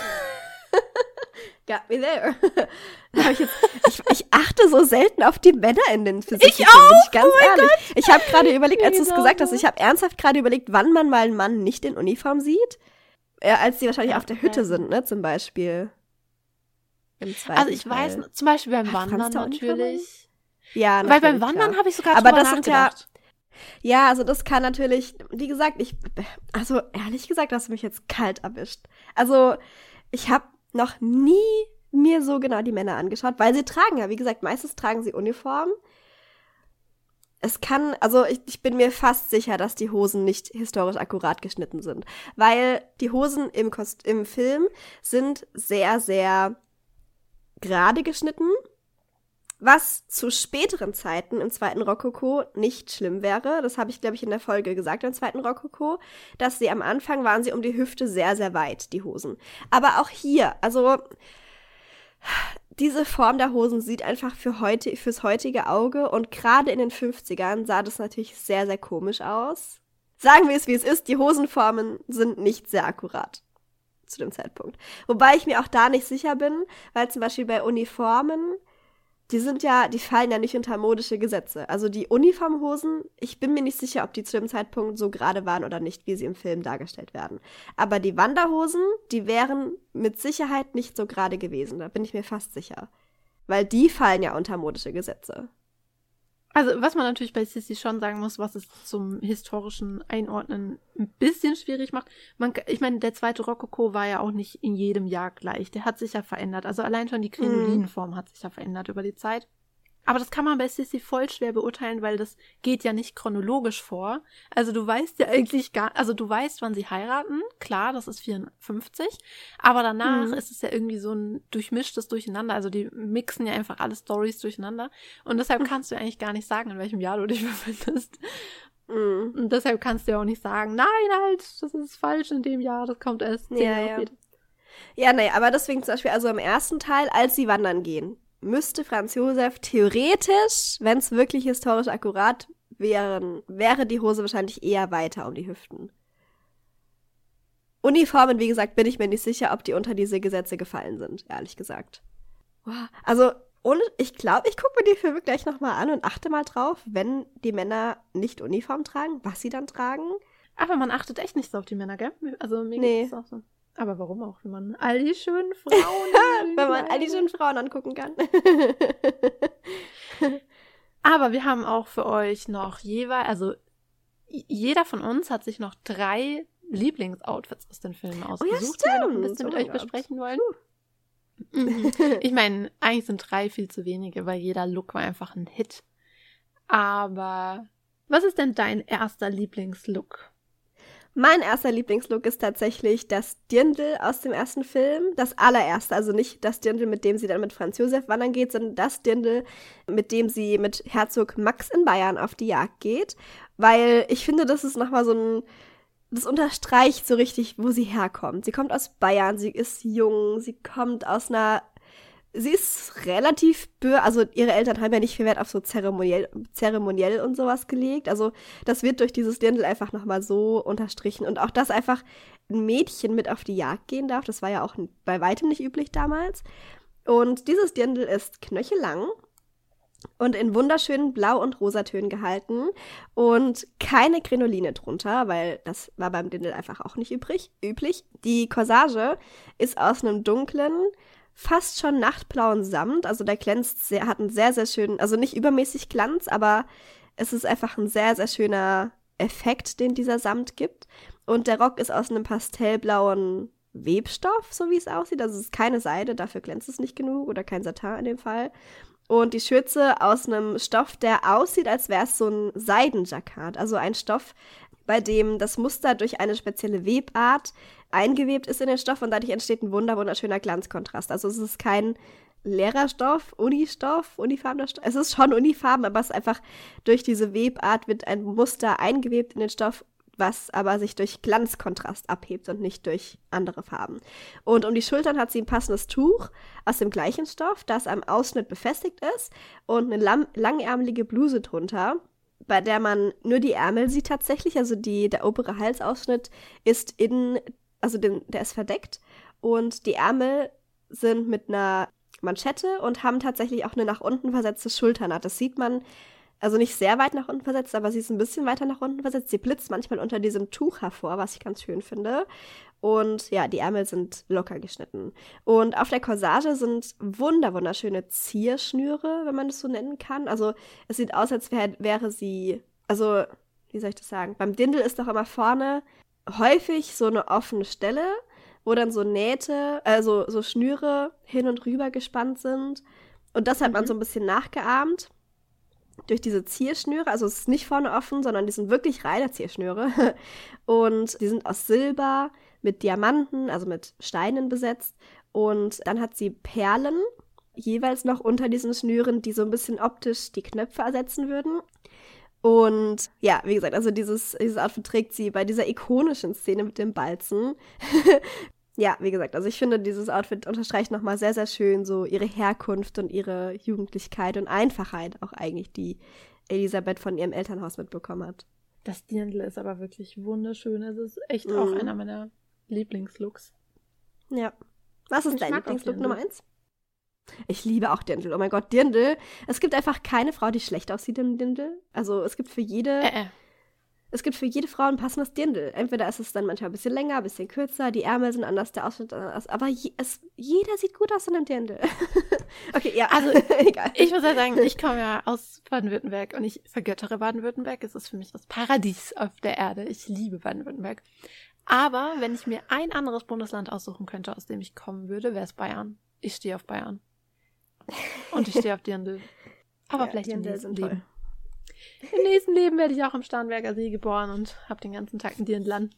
Speaker 1: Got me there. ich, jetzt, ich, ich achte so selten auf die Männer in den Physik.
Speaker 2: Ich auch!
Speaker 1: Bin ich ganz
Speaker 2: oh
Speaker 1: ehrlich.
Speaker 2: Gott.
Speaker 1: Ich habe gerade überlegt, als du es
Speaker 2: genau
Speaker 1: gesagt hast, ich habe ernsthaft gerade überlegt, wann man mal einen Mann nicht in Uniform sieht. Ja, als die wahrscheinlich ja, auf der Hütte ja. sind, ne, zum Beispiel. Im zweiten
Speaker 2: also ich
Speaker 1: Fall.
Speaker 2: weiß, zum Beispiel beim Ach, Wandern natürlich.
Speaker 1: Ja,
Speaker 2: natürlich. Weil beim Wandern habe ich sogar
Speaker 1: Aber
Speaker 2: drüber
Speaker 1: das sind ja Ja, also das kann natürlich, wie gesagt, ich, also ehrlich gesagt, hast du mich jetzt kalt erwischt. Also ich habe noch nie mir so genau die Männer angeschaut, weil sie tragen ja, wie gesagt, meistens tragen sie Uniform. Es kann, also ich, ich bin mir fast sicher, dass die Hosen nicht historisch akkurat geschnitten sind, weil die Hosen im, Kost- im Film sind sehr, sehr gerade geschnitten, was zu späteren Zeiten im zweiten Rokoko nicht schlimm wäre. Das habe ich, glaube ich, in der Folge gesagt, im zweiten Rokoko, dass sie am Anfang waren sie um die Hüfte sehr, sehr weit, die Hosen. Aber auch hier, also diese Form der Hosen sieht einfach für heute, fürs heutige Auge und gerade in den fünfzigern sah das natürlich sehr, sehr komisch aus. Sagen wir es, wie es ist, die Hosenformen sind nicht sehr akkurat zu dem Zeitpunkt. Wobei ich mir auch da nicht sicher bin, weil zum Beispiel bei Uniformen die sind ja, die fallen ja nicht unter modische Gesetze. Also die Uniformhosen, ich bin mir nicht sicher, ob die zu dem Zeitpunkt so gerade waren oder nicht, wie sie im Film dargestellt werden. Aber die Wanderhosen, die wären mit Sicherheit nicht so gerade gewesen, da bin ich mir fast sicher. Weil die fallen ja unter modische Gesetze.
Speaker 2: Also, was man natürlich bei Sissy schon sagen muss, was es zum historischen Einordnen ein bisschen schwierig macht. Man, ich meine, der zweite Rokoko war ja auch nicht in jedem Jahr gleich. Der hat sich ja verändert. Also allein schon die Krinolinenform hat sich ja verändert über die Zeit. Aber das kann man bei Sissy voll schwer beurteilen, weil das geht ja nicht chronologisch vor. Also du weißt ja eigentlich gar, also du weißt, wann sie heiraten. Klar, das ist vierundfünfzig. Aber danach mhm. ist es ja irgendwie so ein durchmischtes Durcheinander. Also die mixen ja einfach alle Storys durcheinander. Und deshalb kannst du eigentlich gar nicht sagen, in welchem Jahr du dich befindest. Mhm. Und deshalb kannst du ja auch nicht sagen, nein, halt, das ist falsch in dem Jahr, das kommt erst zehn
Speaker 1: ja,
Speaker 2: Jahre
Speaker 1: ja.
Speaker 2: später.
Speaker 1: Ja, nee, aber deswegen zum Beispiel, also im ersten Teil, als sie wandern gehen, müsste Franz Josef theoretisch, wenn es wirklich historisch akkurat wäre, wäre die Hose wahrscheinlich eher weiter um die Hüften. Uniformen, wie gesagt, bin ich mir nicht sicher, ob die unter diese Gesetze gefallen sind, ehrlich gesagt. Also, ohne, ich glaube, ich gucke mir die Filme gleich nochmal an und achte mal drauf, wenn die Männer nicht Uniform tragen, was sie dann tragen.
Speaker 2: Aber man achtet echt nicht so auf die Männer, gell? Also mir
Speaker 1: nee.
Speaker 2: geht es auch so. Aber warum auch, wenn man all die schönen Frauen...
Speaker 1: wenn man all die schönen Frauen angucken kann.
Speaker 2: Aber wir haben auch für euch noch jeweils, also jeder von uns hat sich noch drei Lieblingsoutfits aus den Filmen ausgesucht,
Speaker 1: oh ja,
Speaker 2: die wir noch ein bisschen mit
Speaker 1: oh
Speaker 2: euch
Speaker 1: Gott.
Speaker 2: besprechen wollen. Mhm. Ich meine, eigentlich sind drei viel zu wenige, weil jeder Look war einfach ein Hit. Aber was ist denn dein erster Lieblingslook?
Speaker 1: Mein erster Lieblingslook ist tatsächlich das Dirndl aus dem ersten Film. Das allererste, also nicht das Dirndl, mit dem sie dann mit Franz Josef wandern geht, sondern das Dirndl, mit dem sie mit Herzog Max in Bayern auf die Jagd geht. Weil ich finde, das ist nochmal so ein, das unterstreicht so richtig, wo sie herkommt. Sie kommt aus Bayern, sie ist jung, sie kommt aus einer, sie ist relativ böse, also ihre Eltern haben ja nicht viel Wert auf so zeremoniell, zeremoniell und sowas gelegt. Also das wird durch dieses Dirndl einfach nochmal so unterstrichen. Und auch, dass einfach ein Mädchen mit auf die Jagd gehen darf, das war ja auch bei weitem nicht üblich damals. Und dieses Dirndl ist knöchellang und in wunderschönen Blau- und Rosatönen gehalten und keine Krinoline drunter, weil das war beim Dirndl einfach auch nicht übrig, üblich. Die Corsage ist aus einem dunklen, fast schon nachtblauen Samt, also der glänzt sehr, hat einen sehr, sehr schönen, also nicht übermäßig Glanz, aber es ist einfach ein sehr, sehr schöner Effekt, den dieser Samt gibt. Und der Rock ist aus einem pastellblauen Webstoff, so wie es aussieht, also es ist keine Seide, dafür glänzt es nicht genug oder kein Satin in dem Fall. Und die Schürze aus einem Stoff, der aussieht, als wäre es so ein Seidenjacquard, also ein Stoff, bei dem das Muster durch eine spezielle Webart eingewebt ist in den Stoff und dadurch entsteht ein wunder wunderschöner Glanzkontrast. Also es ist kein leerer Stoff, Unistoff, unifarbener Stoff. Es ist schon unifarben, aber es ist einfach durch diese Webart wird ein Muster eingewebt in den Stoff, was aber sich durch Glanzkontrast abhebt und nicht durch andere Farben. Und um die Schultern hat sie ein passendes Tuch aus dem gleichen Stoff, das am Ausschnitt befestigt ist und eine lam- langärmelige Bluse drunter, bei der man nur die Ärmel sieht tatsächlich, also die, der obere Halsausschnitt ist in, also den, der ist verdeckt und die Ärmel sind mit einer Manschette und haben tatsächlich auch eine nach unten versetzte Schulternaht. Das sieht man, also nicht sehr weit nach unten versetzt, aber sie ist ein bisschen weiter nach unten versetzt. Sie blitzt manchmal unter diesem Tuch hervor, was ich ganz schön finde. Und ja, die Ärmel sind locker geschnitten. Und auf der Corsage sind wunder wunderschöne Zierschnüre, wenn man das so nennen kann. Also es sieht aus, als wär, wäre sie, also wie soll ich das sagen? Beim Dirndl ist doch immer vorne häufig so eine offene Stelle, wo dann so Nähte, also so Schnüre hin und rüber gespannt sind. Und das hat man so ein bisschen nachgeahmt durch diese Zierschnüre. Also es ist nicht vorne offen, sondern die sind wirklich reine Zierschnüre. Und die sind aus Silber mit Diamanten, also mit Steinen besetzt. Und dann hat sie Perlen, jeweils noch unter diesen Schnüren, die so ein bisschen optisch die Knöpfe ersetzen würden. Und ja, wie gesagt, also dieses, dieses Outfit trägt sie bei dieser ikonischen Szene mit dem Balzen. Ja, wie gesagt, also ich finde, dieses Outfit unterstreicht nochmal sehr, sehr schön so ihre Herkunft und ihre Jugendlichkeit und Einfachheit auch eigentlich, die Elisabeth von ihrem Elternhaus mitbekommen hat.
Speaker 2: Das Dirndl ist aber wirklich wunderschön. Es ist echt mhm. auch einer meiner Lieblingslooks.
Speaker 1: Ja. Was ist dein Lieblingslook Nummer eins? Ich liebe auch Dirndl. Oh mein Gott, Dirndl. Es gibt einfach keine Frau, die schlecht aussieht im Dirndl. Also es gibt für jede,
Speaker 2: Äh, äh.
Speaker 1: es gibt für jede Frau ein passendes Dirndl. Entweder ist es dann manchmal ein bisschen länger, ein bisschen kürzer, die Ärmel sind anders, der Ausschnitt anders. Aber je, es, jeder sieht gut aus in einem Dirndl. Okay, ja,
Speaker 2: Also,
Speaker 1: egal.
Speaker 2: Ich muss ja sagen, ich komme ja aus Baden-Württemberg und ich vergöttere Baden-Württemberg. Es ist für mich das Paradies auf der Erde. Ich liebe Baden-Württemberg. Aber wenn ich mir ein anderes Bundesland aussuchen könnte, aus dem ich kommen würde, wäre es Bayern. Ich stehe auf Bayern. Und ich stehe auf Dirndl. Aber
Speaker 1: Ja,
Speaker 2: vielleicht im
Speaker 1: Dirndl
Speaker 2: nächsten
Speaker 1: sind
Speaker 2: Leben. Im nächsten Leben werde ich auch am Starnberger See geboren und habe den ganzen Tag ein Dirndl an.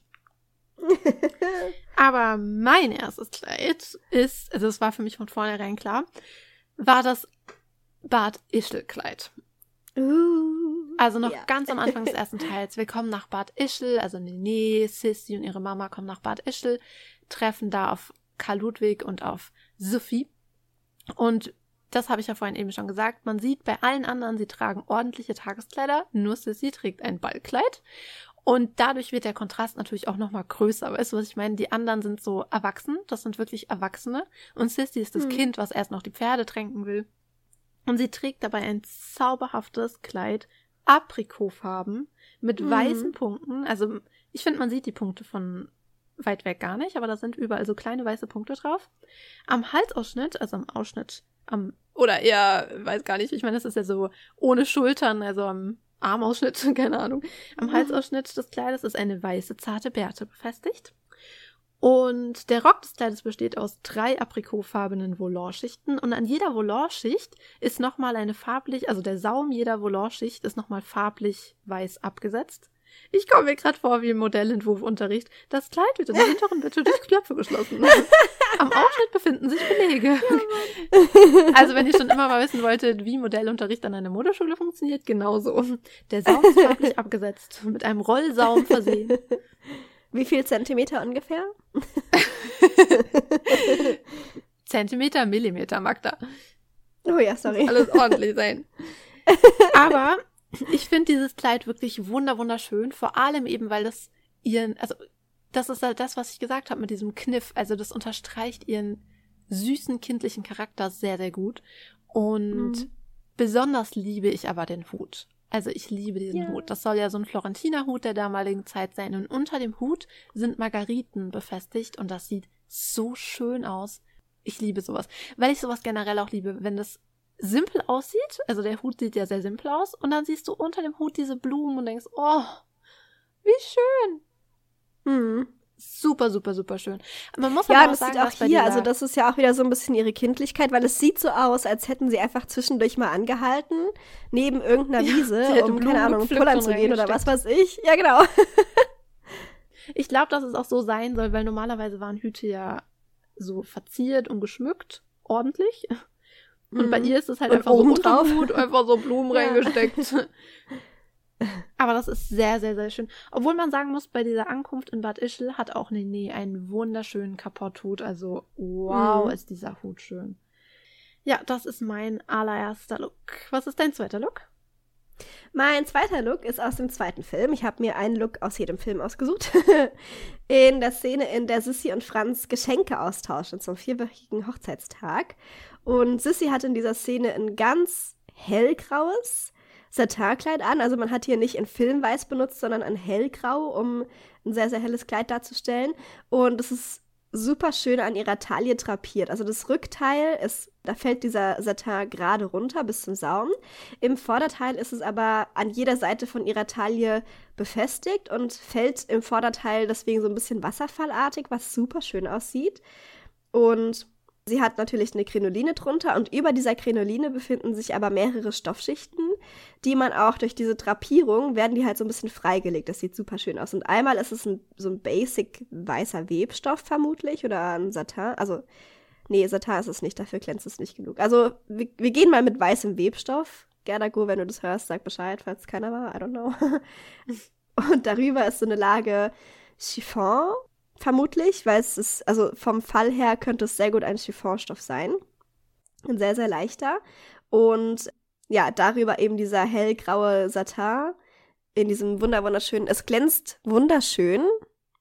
Speaker 2: Aber mein erstes Kleid ist, also es war für mich von vornherein klar, war das Bad Ischl-Kleid.
Speaker 1: Uh,
Speaker 2: Also noch
Speaker 1: ja.
Speaker 2: ganz am Anfang des ersten Teils. Wir kommen nach Bad Ischl, also Nene, Sissi und ihre Mama kommen nach Bad Ischl, treffen da auf Karl Ludwig und auf Sophie. Und das habe ich ja vorhin eben schon gesagt. Man sieht bei allen anderen, sie tragen ordentliche Tageskleider. Nur Sissi trägt ein Ballkleid. Und dadurch wird der Kontrast natürlich auch nochmal größer. Weißt du, was ich meine? Die anderen sind so erwachsen. Das sind wirklich Erwachsene. Und Sissi ist das
Speaker 1: Hm.
Speaker 2: Kind, was erst noch die Pferde tränken will. Und sie trägt dabei ein zauberhaftes Kleid, Aprikotfarben, mit
Speaker 1: Mhm.
Speaker 2: weißen Punkten. Also ich finde, man sieht die Punkte von weit weg gar nicht, aber da sind überall so kleine weiße Punkte drauf. Am Halsausschnitt, also am Ausschnitt, am oder eher, weiß gar nicht, ich meine, das ist ja so ohne Schultern, also am Armausschnitt, keine Ahnung. Am Halsausschnitt des Kleides ist eine weiße, zarte Bärte befestigt. Und der Rock des Kleides besteht aus drei aprikotfarbenen Volanschichten und an jeder Volanschicht ist nochmal eine farblich, also der Saum jeder Volanschicht ist nochmal farblich weiß abgesetzt. Ich komme mir gerade vor wie im Modellentwurfunterricht. Das Kleid wird in der hinteren Bitte durch Knöpfe geschlossen. Am Ausschnitt befinden sich Belege. Also wenn ihr schon immer mal wissen wolltet, wie Modellunterricht an einer Modeschule funktioniert, genauso. Der Saum ist farblich abgesetzt, mit einem Rollsaum versehen.
Speaker 1: Wie viel Zentimeter ungefähr?
Speaker 2: Zentimeter, Millimeter, Magda.
Speaker 1: Oh ja, sorry.
Speaker 2: Muss alles ordentlich sein. Aber ich finde dieses Kleid wirklich wunder wunderschön, vor allem eben, weil das ihren, also das ist halt das, was ich gesagt habe mit diesem Kniff, also das unterstreicht ihren süßen kindlichen Charakter sehr, sehr gut und
Speaker 1: Mhm.
Speaker 2: besonders liebe ich aber den Hut. Also ich liebe diesen
Speaker 1: Ja.
Speaker 2: Hut. Das soll ja so ein Florentiner-Hut der damaligen Zeit sein und unter dem Hut sind Margariten befestigt und das sieht so schön aus. Ich liebe sowas, weil ich sowas generell auch liebe, wenn das simpel aussieht, also der Hut sieht ja sehr simpel aus und dann siehst du unter dem Hut diese Blumen und denkst, oh, wie schön.
Speaker 1: Mhm.
Speaker 2: Super, super, super schön. Man muss
Speaker 1: Ja,
Speaker 2: aber
Speaker 1: und
Speaker 2: auch
Speaker 1: das
Speaker 2: sagen,
Speaker 1: sieht auch
Speaker 2: dass bei
Speaker 1: hier,
Speaker 2: dieser,
Speaker 1: also das ist ja auch wieder so ein bisschen ihre Kindlichkeit, weil es sieht so aus, als hätten sie einfach zwischendurch mal angehalten, neben irgendeiner
Speaker 2: Ja,
Speaker 1: Wiese,
Speaker 2: sie hätte
Speaker 1: um,
Speaker 2: Blumen
Speaker 1: keine Ahnung,
Speaker 2: gepflückt
Speaker 1: pullern
Speaker 2: und
Speaker 1: zu gehen oder was
Speaker 2: reingesteckt.
Speaker 1: weiß ich. Ja, genau.
Speaker 2: ich glaube, dass es auch so sein soll, weil normalerweise waren Hüte ja so verziert und geschmückt, ordentlich. Und bei
Speaker 1: Mhm.
Speaker 2: ihr ist es halt
Speaker 1: Und
Speaker 2: einfach so
Speaker 1: oben
Speaker 2: unter
Speaker 1: drauf.
Speaker 2: dem Hut einfach so Blumen
Speaker 1: Ja.
Speaker 2: reingesteckt. Aber das ist sehr, sehr, sehr schön. Obwohl man sagen muss, bei dieser Ankunft in Bad Ischl hat auch Nene einen wunderschönen Kapotthut. Also wow,
Speaker 1: Mhm.
Speaker 2: ist dieser Hut schön. Ja, das ist mein allererster Look. Was ist dein zweiter Look?
Speaker 1: Mein zweiter Look ist aus dem zweiten Film. Ich habe mir einen Look aus jedem Film ausgesucht. In der Szene, in der Sissi und Franz Geschenke austauschen zum vierwöchigen Hochzeitstag. Und Sissi hat in dieser Szene ein ganz hellgraues Satinkleid an. Also man hat hier nicht in Filmweiß benutzt, sondern ein hellgrau, um ein sehr, sehr helles Kleid darzustellen. Und es ist super schön an ihrer Taille drapiert. Also das Rückteil ist, da fällt dieser Satin gerade runter bis zum Saum. Im Vorderteil ist es aber an jeder Seite von ihrer Taille befestigt und fällt im Vorderteil deswegen so ein bisschen wasserfallartig, was super schön aussieht. Und sie hat natürlich eine Krinoline drunter und über dieser Krinoline befinden sich aber mehrere Stoffschichten, die man auch durch diese Drapierung, werden die halt so ein bisschen freigelegt. Das sieht super schön aus. Und einmal ist es ein, so ein basic weißer Webstoff vermutlich oder ein Satin. Also, nee, Satin ist es nicht, dafür glänzt es nicht genug. Also, wir, wir gehen mal mit weißem Webstoff. Gerdago, wenn du das hörst, sag Bescheid, falls es keiner war. I don't know. Und darüber ist so eine Lage Chiffon, vermutlich, weil es ist, also vom Fall her könnte es sehr gut ein Chiffonstoff sein. Ein sehr, sehr leichter. Und ja, darüber eben dieser hellgraue Satin in diesem wunder wunderschönen, es glänzt wunderschön.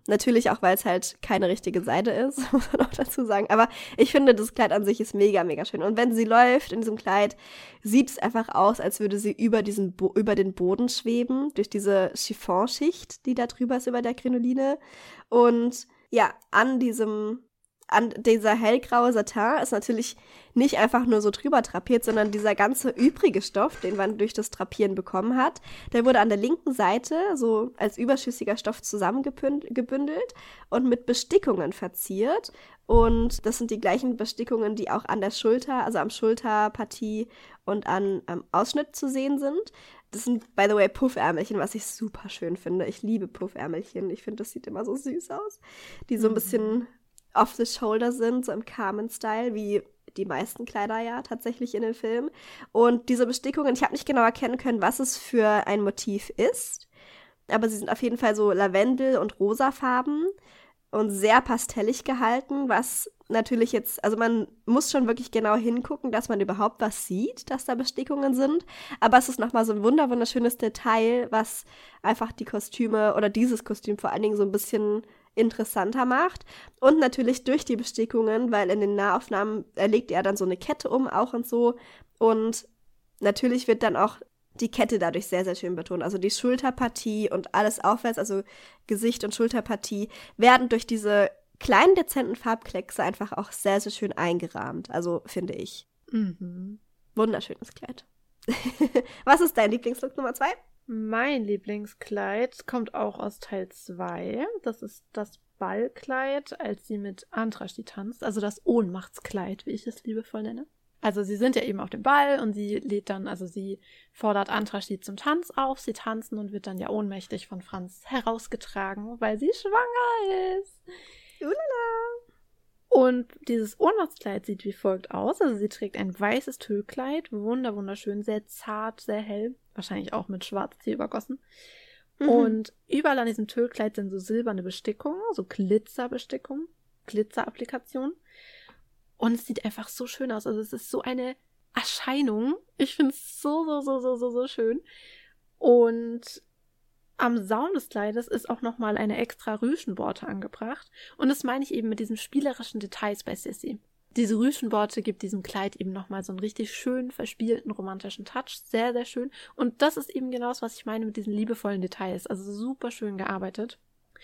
Speaker 1: Natürlich auch, weil es halt keine richtige Seide ist, muss man auch dazu sagen. Aber ich finde, das Kleid an sich ist mega, mega schön. Und wenn sie läuft in diesem Kleid, sieht es einfach aus, als würde sie über, diesen Bo- über den Boden schweben, durch diese Chiffonschicht, die da drüber ist über der Krinoline. Und ja, an diesem, an dieser hellgraue Satin ist natürlich nicht einfach nur so drüber drapiert, sondern dieser ganze übrige Stoff, den man durch das Drapieren bekommen hat, der wurde an der linken Seite so als überschüssiger Stoff zusammengebündelt und mit Bestickungen verziert. Und das sind die gleichen Bestickungen, die auch an der Schulter, also am Schulterpartie und an am Ausschnitt zu sehen sind. Das sind, by the way, Puffärmelchen, was ich super schön finde. Ich liebe Puffärmelchen. Ich finde, das sieht immer so süß aus. Die so ein bisschen off the shoulder sind, so im Carmen-Style, wie die meisten Kleider ja tatsächlich in den Filmen. Und diese Bestickungen, ich habe nicht genau erkennen können, was es für ein Motiv ist, aber sie sind auf jeden Fall so Lavendel- und Rosafarben und sehr pastellig gehalten, was natürlich jetzt, also man muss schon wirklich genau hingucken, dass man überhaupt was sieht, dass da Bestickungen sind, aber es ist nochmal so ein wunder wunderschönes Detail, was einfach die Kostüme oder dieses Kostüm vor allen Dingen so ein bisschen interessanter macht. Und natürlich durch die Bestickungen, weil in den Nahaufnahmen er legt er dann so eine Kette um auch und so. Und natürlich wird dann auch die Kette dadurch sehr, sehr schön betont. Also die Schulterpartie und alles aufwärts, also Gesicht und Schulterpartie, werden durch diese kleinen, dezenten Farbkleckse einfach auch sehr, sehr schön eingerahmt. Also finde ich.
Speaker 2: Mhm.
Speaker 1: Wunderschönes Kleid. Was ist dein Lieblingslook Nummer zwei?
Speaker 2: Mein Lieblingskleid kommt auch aus Teil zwei. Das ist das Ballkleid, als sie mit Antrashi tanzt. Also das Ohnmachtskleid, wie ich es liebevoll nenne. Also sie sind ja eben auf dem Ball und sie lädt dann, also sie fordert Antrashi zum Tanz auf. Sie tanzen und wird dann ja ohnmächtig von Franz herausgetragen, weil sie schwanger ist.
Speaker 1: Ulala.
Speaker 2: Und dieses Ohnmachtskleid sieht wie folgt aus. Also sie trägt ein weißes Tüllkleid, wunder wunderschön, sehr zart, sehr hell. Wahrscheinlich auch mit Schwarztee übergossen. Mhm. Und überall an diesem Tüllkleid sind so silberne Bestickungen, so Glitzerbestickungen, Glitzerapplikationen. Und es sieht einfach so schön aus. Also es ist so eine Erscheinung. Ich finde es so, so, so, so, so, so schön. Und am Saum des Kleides ist auch nochmal eine extra Rüschenborte angebracht. Und das meine ich eben mit diesen spielerischen Details bei Sissy. Diese Rüschenborte gibt diesem Kleid eben nochmal so einen richtig schönen, verspielten, romantischen Touch. Sehr, sehr schön. Und das ist eben genau das, was ich meine mit diesen liebevollen Details. Also super schön gearbeitet.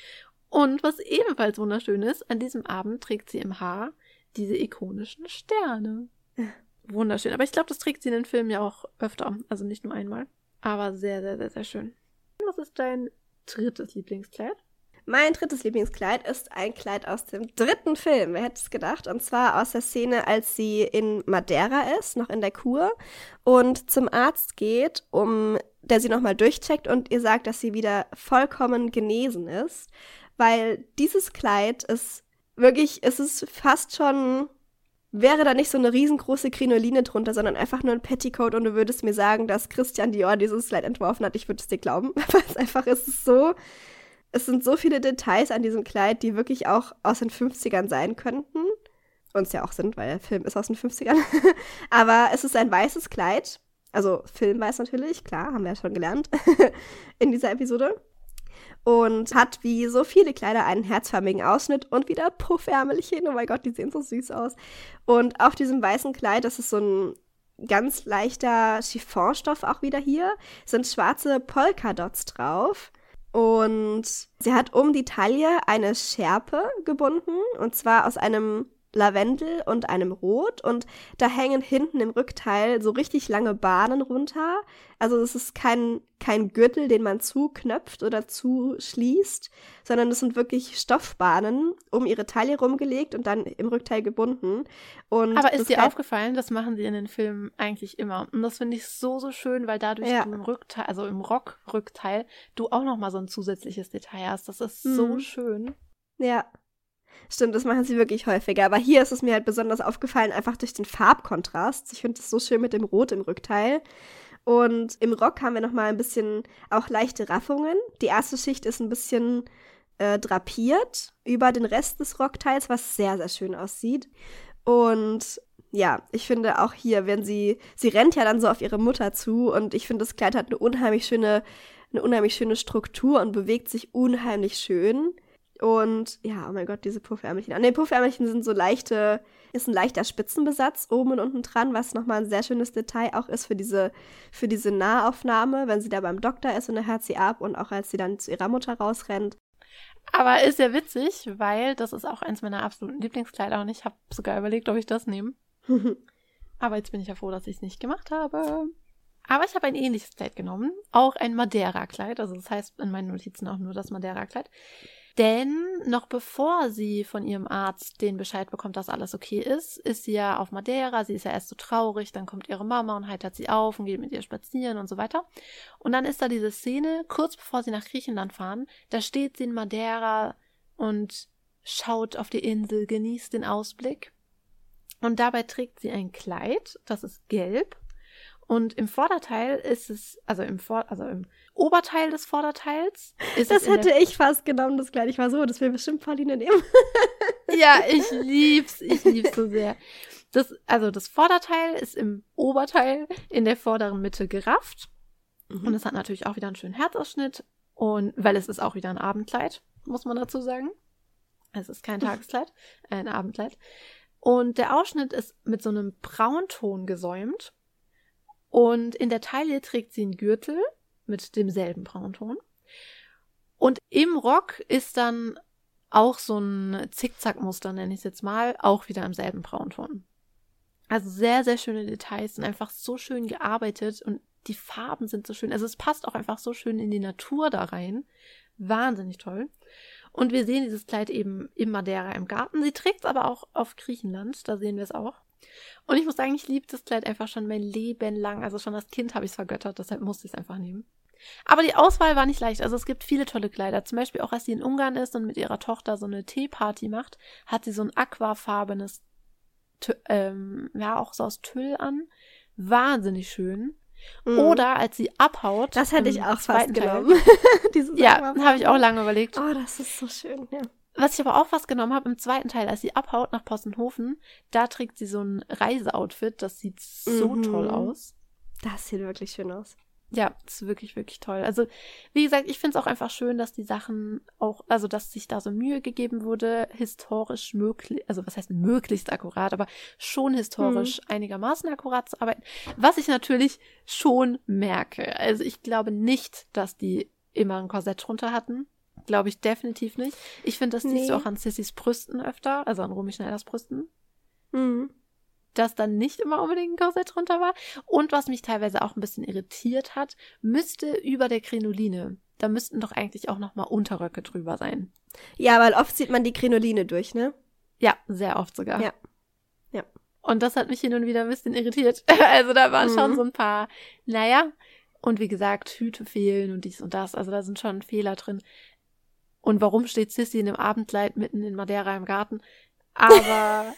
Speaker 2: Und was ebenfalls wunderschön ist, an diesem Abend trägt sie im Haar diese ikonischen Sterne. Wunderschön. Aber ich glaube, das trägt sie in den Filmen ja auch öfter. Also nicht nur einmal. Aber sehr, sehr, sehr, sehr schön. Was ist dein drittes Lieblingskleid?
Speaker 1: Mein drittes Lieblingskleid ist ein Kleid aus dem dritten Film, wer hätte es gedacht? Und zwar aus der Szene, als sie in Madeira ist, noch in der Kur und zum Arzt geht, um der sie nochmal durchcheckt und ihr sagt, dass sie wieder vollkommen genesen ist. Weil dieses Kleid ist wirklich, es ist fast schon, wäre da nicht so eine riesengroße Krinoline drunter, sondern einfach nur ein Petticoat und du würdest mir sagen, dass Christian Dior dieses Kleid entworfen hat. Ich würde es dir glauben, weil es einfach ist es so... Es sind so viele Details an diesem Kleid, die wirklich auch aus den fünfzigern sein könnten. Und es ja auch sind, weil der Film ist aus den fünfzigern. Aber es ist ein weißes Kleid. Also filmweiß natürlich, klar, haben wir ja schon gelernt in dieser Episode. Und hat wie so viele Kleider einen herzförmigen Ausschnitt und wieder Puffärmelchen. Oh mein Gott, die sehen so süß aus. Und auf diesem weißen Kleid, das ist so ein ganz leichter Chiffonstoff auch wieder hier, sind schwarze Polkadots drauf. Und sie hat um die Taille eine Schärpe gebunden, und zwar aus einem Lavendel und einem Rot. Und da hängen hinten im Rückteil so richtig lange Bahnen runter. Also es ist kein, kein Gürtel, den man zuknöpft oder zuschließt, sondern es sind wirklich Stoffbahnen um ihre Taille rumgelegt und dann im Rückteil gebunden. Und
Speaker 2: aber ist dir aufgefallen, das machen sie in den Filmen eigentlich immer. Und das finde ich so, so schön, weil dadurch ja. du im Rückteil, also im Rockrückteil, du auch nochmal so ein zusätzliches Detail hast. Das ist mhm. so schön.
Speaker 1: Ja. Stimmt, das machen sie wirklich häufiger. Aber hier ist es mir halt besonders aufgefallen, einfach durch den Farbkontrast. Ich finde das so schön mit dem Rot im Rückteil. Und im Rock haben wir nochmal ein bisschen auch leichte Raffungen. Die erste Schicht ist ein bisschen äh, drapiert über den Rest des Rockteils, was sehr, sehr schön aussieht. Und ja, ich finde auch hier, wenn sie, sie rennt ja dann so auf ihre Mutter zu und ich finde, das Kleid hat eine unheimlich schöne, eine unheimlich schöne Struktur und bewegt sich unheimlich schön. Und ja, oh mein Gott, diese Puffärmelchen. An den Puffärmelchen sind so leichte, ist ein leichter Spitzenbesatz oben und unten dran, was nochmal ein sehr schönes Detail auch ist für diese, für diese Nahaufnahme, wenn sie da beim Doktor ist und er hört sie ab und auch als sie dann zu ihrer Mutter rausrennt.
Speaker 2: Aber ist ja witzig, weil das ist auch eins meiner absoluten Lieblingskleider und ich habe sogar überlegt, ob ich das nehme. Aber jetzt bin ich ja froh, dass ich es nicht gemacht habe. Aber ich habe ein ähnliches Kleid genommen, auch ein Madeira-Kleid, also das heißt in meinen Notizen auch nur das Madeira-Kleid. Denn noch bevor sie von ihrem Arzt den Bescheid bekommt, dass alles okay ist, ist sie ja auf Madeira, sie ist ja erst so traurig, dann kommt ihre Mama und heitert sie auf und geht mit ihr spazieren und so weiter. Und dann ist da diese Szene, kurz bevor sie nach Griechenland fahren, da steht sie in Madeira und schaut auf die Insel, genießt den Ausblick. Und dabei trägt sie ein Kleid, das ist gelb. Und im Vorderteil ist es, also im, Vor- also im Oberteil des Vorderteils ist
Speaker 1: das
Speaker 2: es in
Speaker 1: hätte
Speaker 2: der-
Speaker 1: ich fast genommen, das Kleid. Ich war so, das will bestimmt Pauline nehmen.
Speaker 2: Ja, ich lieb's, ich lieb's so sehr. Das, also das Vorderteil ist im Oberteil in der vorderen Mitte gerafft.
Speaker 1: Mhm.
Speaker 2: Und es hat natürlich auch wieder einen schönen Herzausschnitt. Und weil es ist auch wieder ein Abendkleid, muss man dazu sagen. Es ist kein Tageskleid, äh, ein Abendkleid. Und der Ausschnitt ist mit so einem Braunton gesäumt. Und in der Taille trägt sie einen Gürtel mit demselben Braunton. Und im Rock ist dann auch so ein Zickzackmuster, nenne ich es jetzt mal, auch wieder im selben Braunton. Also sehr, sehr schöne Details, sind einfach so schön gearbeitet und die Farben sind so schön. Also es passt auch einfach so schön in die Natur da rein. Wahnsinnig toll. Und wir sehen dieses Kleid eben im Madeira im Garten. Sie trägt es aber auch auf Griechenland, da sehen wir es auch. Und ich muss sagen, ich liebe das Kleid einfach schon mein Leben lang. Also schon als Kind habe ich es vergöttert, deshalb musste ich es einfach nehmen. Aber die Auswahl war nicht leicht. Also es gibt viele tolle Kleider. Zum Beispiel auch, als sie in Ungarn ist und mit ihrer Tochter so eine Teeparty macht, hat sie so ein aquafarbenes, Tü- ähm, ja auch so aus Tüll an. Wahnsinnig schön.
Speaker 1: Mhm.
Speaker 2: Oder als sie abhaut.
Speaker 1: Das hätte
Speaker 2: im
Speaker 1: ich auch fast
Speaker 2: zweiten Teil.
Speaker 1: genommen. Dieses
Speaker 2: Ja,
Speaker 1: Aquafarben.
Speaker 2: habe ich auch lange überlegt.
Speaker 1: Oh, das ist so schön, ja.
Speaker 2: Was ich aber auch fast genommen habe im zweiten Teil, als sie abhaut nach Possenhofen, da trägt sie so ein Reiseoutfit. Das sieht so
Speaker 1: Mhm.
Speaker 2: toll aus.
Speaker 1: Das sieht wirklich schön aus.
Speaker 2: Ja, ist wirklich, wirklich toll. Also, wie gesagt, ich finde es auch einfach schön, dass die Sachen auch, also, dass sich da so Mühe gegeben wurde, historisch möglich, also, was heißt möglichst akkurat, aber schon historisch
Speaker 1: Mhm.
Speaker 2: einigermaßen akkurat zu arbeiten. Was ich natürlich schon merke. Also, ich glaube nicht, dass die immer ein Korsett drunter hatten. Glaube ich definitiv nicht. Ich finde, das siehst du
Speaker 1: Nee.
Speaker 2: auch an Sissys Brüsten öfter, also an Romy Schneiders Brüsten,
Speaker 1: Mhm.
Speaker 2: dass dann nicht immer unbedingt ein Korsett drunter war. Und was mich teilweise auch ein bisschen irritiert hat, müsste über der Krinoline, da müssten doch eigentlich auch nochmal Unterröcke drüber sein.
Speaker 1: Ja, weil oft sieht man die Krinoline durch, ne?
Speaker 2: Ja, sehr oft sogar.
Speaker 1: Ja. Ja.
Speaker 2: Und das hat mich hin und wieder ein bisschen irritiert. Also da waren
Speaker 1: Mhm.
Speaker 2: schon so ein paar, naja, und wie gesagt, Hüte fehlen und dies und das. Also da sind schon Fehler drin. Und warum steht Sissy in einem Abendkleid mitten in Madeira im Garten? Aber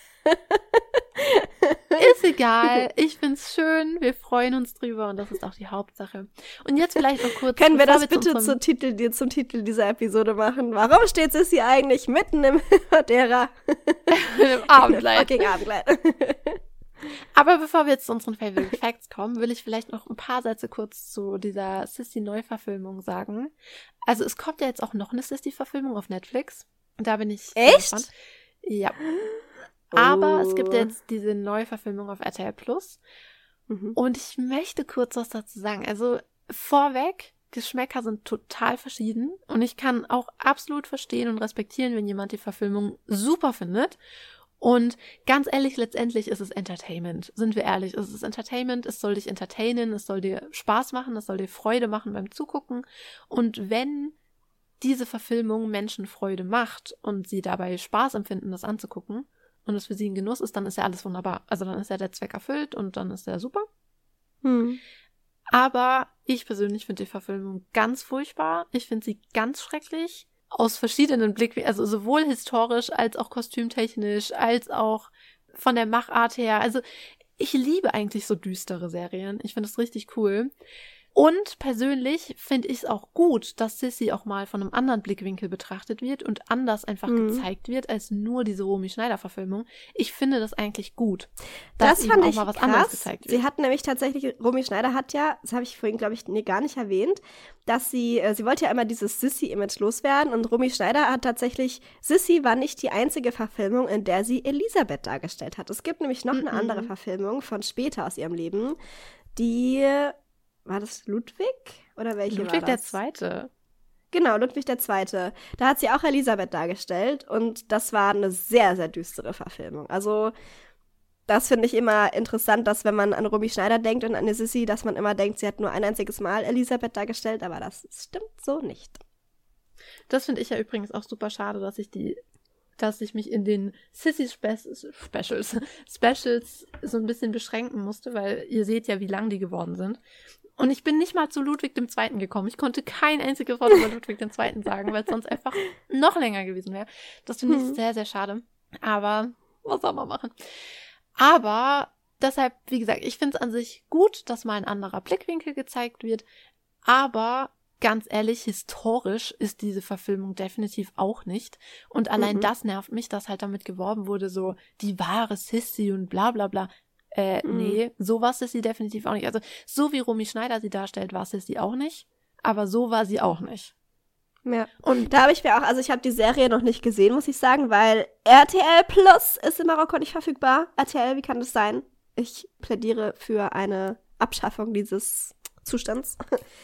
Speaker 2: ist egal. Ich find's schön. Wir freuen uns drüber und das ist auch die Hauptsache. Und jetzt vielleicht noch kurz.
Speaker 1: Können wir
Speaker 2: bevor
Speaker 1: das
Speaker 2: zu
Speaker 1: bitte
Speaker 2: unserem-
Speaker 1: zum Titel, die- zum Titel dieser Episode machen? Warum steht Sissy eigentlich mitten im Madeira?
Speaker 2: im Abendkleid.
Speaker 1: Fucking Abendkleid.
Speaker 2: Aber bevor wir jetzt zu unseren Favorite Facts kommen, will ich vielleicht noch ein paar Sätze kurz zu dieser Sissy-Neuverfilmung sagen. Also es kommt ja jetzt auch noch eine Sissy-Verfilmung auf Netflix. Da bin ich sehr
Speaker 1: Echt?
Speaker 2: gespannt. Ja. Aber es gibt
Speaker 1: Oh.
Speaker 2: jetzt diese Neuverfilmung auf R T L Plus.
Speaker 1: Mhm.
Speaker 2: Und ich möchte kurz was dazu sagen. Also vorweg, Geschmäcker sind total verschieden. Und ich kann auch absolut verstehen und respektieren, wenn jemand die Verfilmung super findet. Und ganz ehrlich, letztendlich ist es Entertainment. Sind wir ehrlich, es ist Entertainment, es soll dich entertainen, es soll dir Spaß machen, es soll dir Freude machen beim Zugucken. Und wenn diese Verfilmung Menschen Freude macht und sie dabei Spaß empfinden, das anzugucken und es für sie ein Genuss ist, dann ist ja alles wunderbar. Also dann ist ja der Zweck erfüllt und dann ist der super.
Speaker 1: Hm.
Speaker 2: Aber ich persönlich finde die Verfilmung ganz furchtbar. Ich finde sie ganz schrecklich. Aus verschiedenen Blickwinkeln, also sowohl historisch als auch kostümtechnisch, als auch von der Machart her. Also ich liebe eigentlich so düstere Serien. Ich finde es richtig cool. Und persönlich finde ich es auch gut, dass Sissy auch mal von einem anderen Blickwinkel betrachtet wird und anders einfach mhm. gezeigt wird, als nur diese Romy Schneider-Verfilmung. Ich finde das eigentlich gut, dass
Speaker 1: das fand
Speaker 2: auch
Speaker 1: ich
Speaker 2: mal was
Speaker 1: krass.
Speaker 2: anderes gezeigt wird.
Speaker 1: Sie hat nämlich tatsächlich, Romy Schneider hat ja, das habe ich vorhin, glaube ich, nee, gar nicht erwähnt, dass sie, äh, sie wollte ja immer dieses Sissy-Image loswerden und Romy Schneider hat tatsächlich, Sissy war nicht die einzige Verfilmung, in der sie Elisabeth dargestellt hat. Es gibt nämlich noch mhm. eine andere Verfilmung von später aus ihrem Leben, die... War das Ludwig? Oder welche
Speaker 2: Ludwig
Speaker 1: war das?
Speaker 2: der Zweite.
Speaker 1: Genau, Ludwig der Zweite. Da hat sie auch Elisabeth dargestellt und das war eine sehr, sehr düstere Verfilmung. Also das finde ich immer interessant, dass wenn man an Romy Schneider denkt und an eine Sissy, dass man immer denkt, sie hat nur ein einziges Mal Elisabeth dargestellt, aber das stimmt so nicht.
Speaker 2: Das finde ich ja übrigens auch super schade, dass ich die dass ich mich in den Sissy-Specials Specials, Specials so ein bisschen beschränken musste, weil ihr seht ja, wie lang die geworden sind. Und ich bin nicht mal zu Ludwig dem Zweiten gekommen. Ich konnte kein einziges Wort über Ludwig den Zweiten sagen, weil es sonst einfach noch länger gewesen wäre. Das finde ich hm. sehr, sehr schade. Aber was soll man machen? Aber deshalb, wie gesagt, ich finde es an sich gut, dass mal ein anderer Blickwinkel gezeigt wird. Aber ganz ehrlich, historisch ist diese Verfilmung definitiv auch nicht. Und allein mhm. das nervt mich, dass halt damit geworben wurde, so die wahre Sissy und bla bla bla. Äh, mhm. nee, so war Sissy definitiv auch nicht. Also so wie Romy Schneider sie darstellt, war Sissy auch nicht. Aber so war sie auch nicht.
Speaker 1: Ja, und da habe ich mir auch, also ich habe die Serie noch nicht gesehen, muss ich sagen, weil R T L Plus ist in Marokko nicht verfügbar. R T L, wie kann das sein? Ich plädiere für eine Abschaffung dieses Zustands.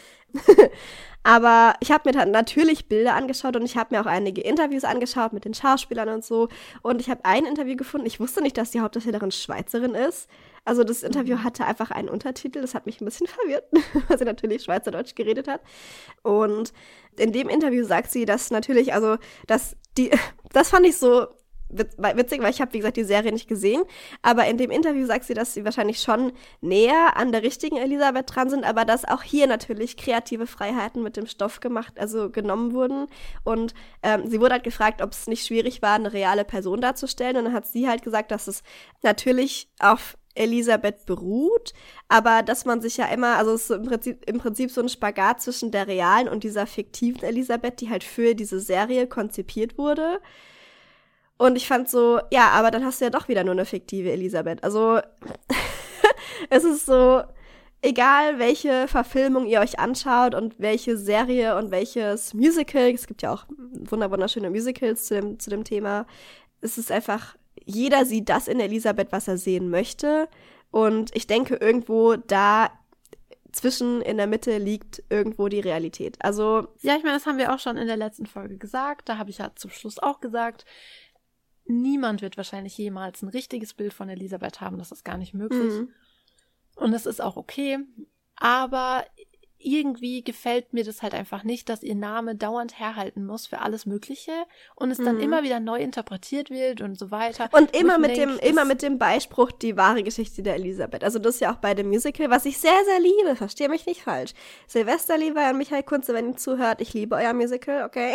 Speaker 1: Aber ich habe mir dann natürlich Bilder angeschaut und ich habe mir auch einige Interviews angeschaut mit den Schauspielern und so. Und ich habe ein Interview gefunden. Ich wusste nicht, dass die Hauptdarstellerin Schweizerin ist. Also das Interview hatte einfach einen Untertitel. Das hat mich ein bisschen verwirrt, weil sie natürlich Schweizerdeutsch geredet hat. Und in dem Interview sagt sie, dass natürlich, also, dass die, das fand ich so witzig, weil ich habe, wie gesagt, die Serie nicht gesehen, aber in dem Interview sagt sie, dass sie wahrscheinlich schon näher an der richtigen Elisabeth dran sind, aber dass auch hier natürlich kreative Freiheiten mit dem Stoff gemacht, also genommen wurden und ähm, sie wurde halt gefragt, ob es nicht schwierig war, eine reale Person darzustellen und dann hat sie halt gesagt, dass es natürlich auf Elisabeth beruht, aber dass man sich ja immer, also es ist so im Prinzip, im Prinzip so ein Spagat zwischen der realen und dieser fiktiven Elisabeth, die halt für diese Serie konzipiert wurde. Und ich fand so, ja, aber dann hast du ja doch wieder nur eine fiktive Elisabeth. Also es ist so, egal welche Verfilmung ihr euch anschaut und welche Serie und welches Musical, es gibt ja auch wunderschöne Musicals zu dem, zu dem Thema, es ist einfach, jeder sieht das in Elisabeth, was er sehen möchte. Und ich denke, irgendwo da zwischen in der Mitte liegt irgendwo die Realität. Also
Speaker 2: ja, ich meine, das haben wir auch schon in der letzten Folge gesagt. Da habe ich ja zum Schluss auch gesagt, niemand wird wahrscheinlich jemals ein richtiges Bild von Elisabeth haben. Das ist gar nicht möglich. Mhm. Und das ist auch okay. Aber irgendwie gefällt mir das halt einfach nicht, dass ihr Name dauernd herhalten muss für alles Mögliche und es dann mhm. immer wieder neu interpretiert wird und so weiter.
Speaker 1: Und immer mit dem, immer mit dem Beispruch, die wahre Geschichte der Elisabeth. Also das ist ja auch bei dem Musical, was ich sehr, sehr liebe. Verstehe mich nicht falsch. Silvester Lieber und Michael Kunze, wenn ihr zuhört, ich liebe euer Musical, okay?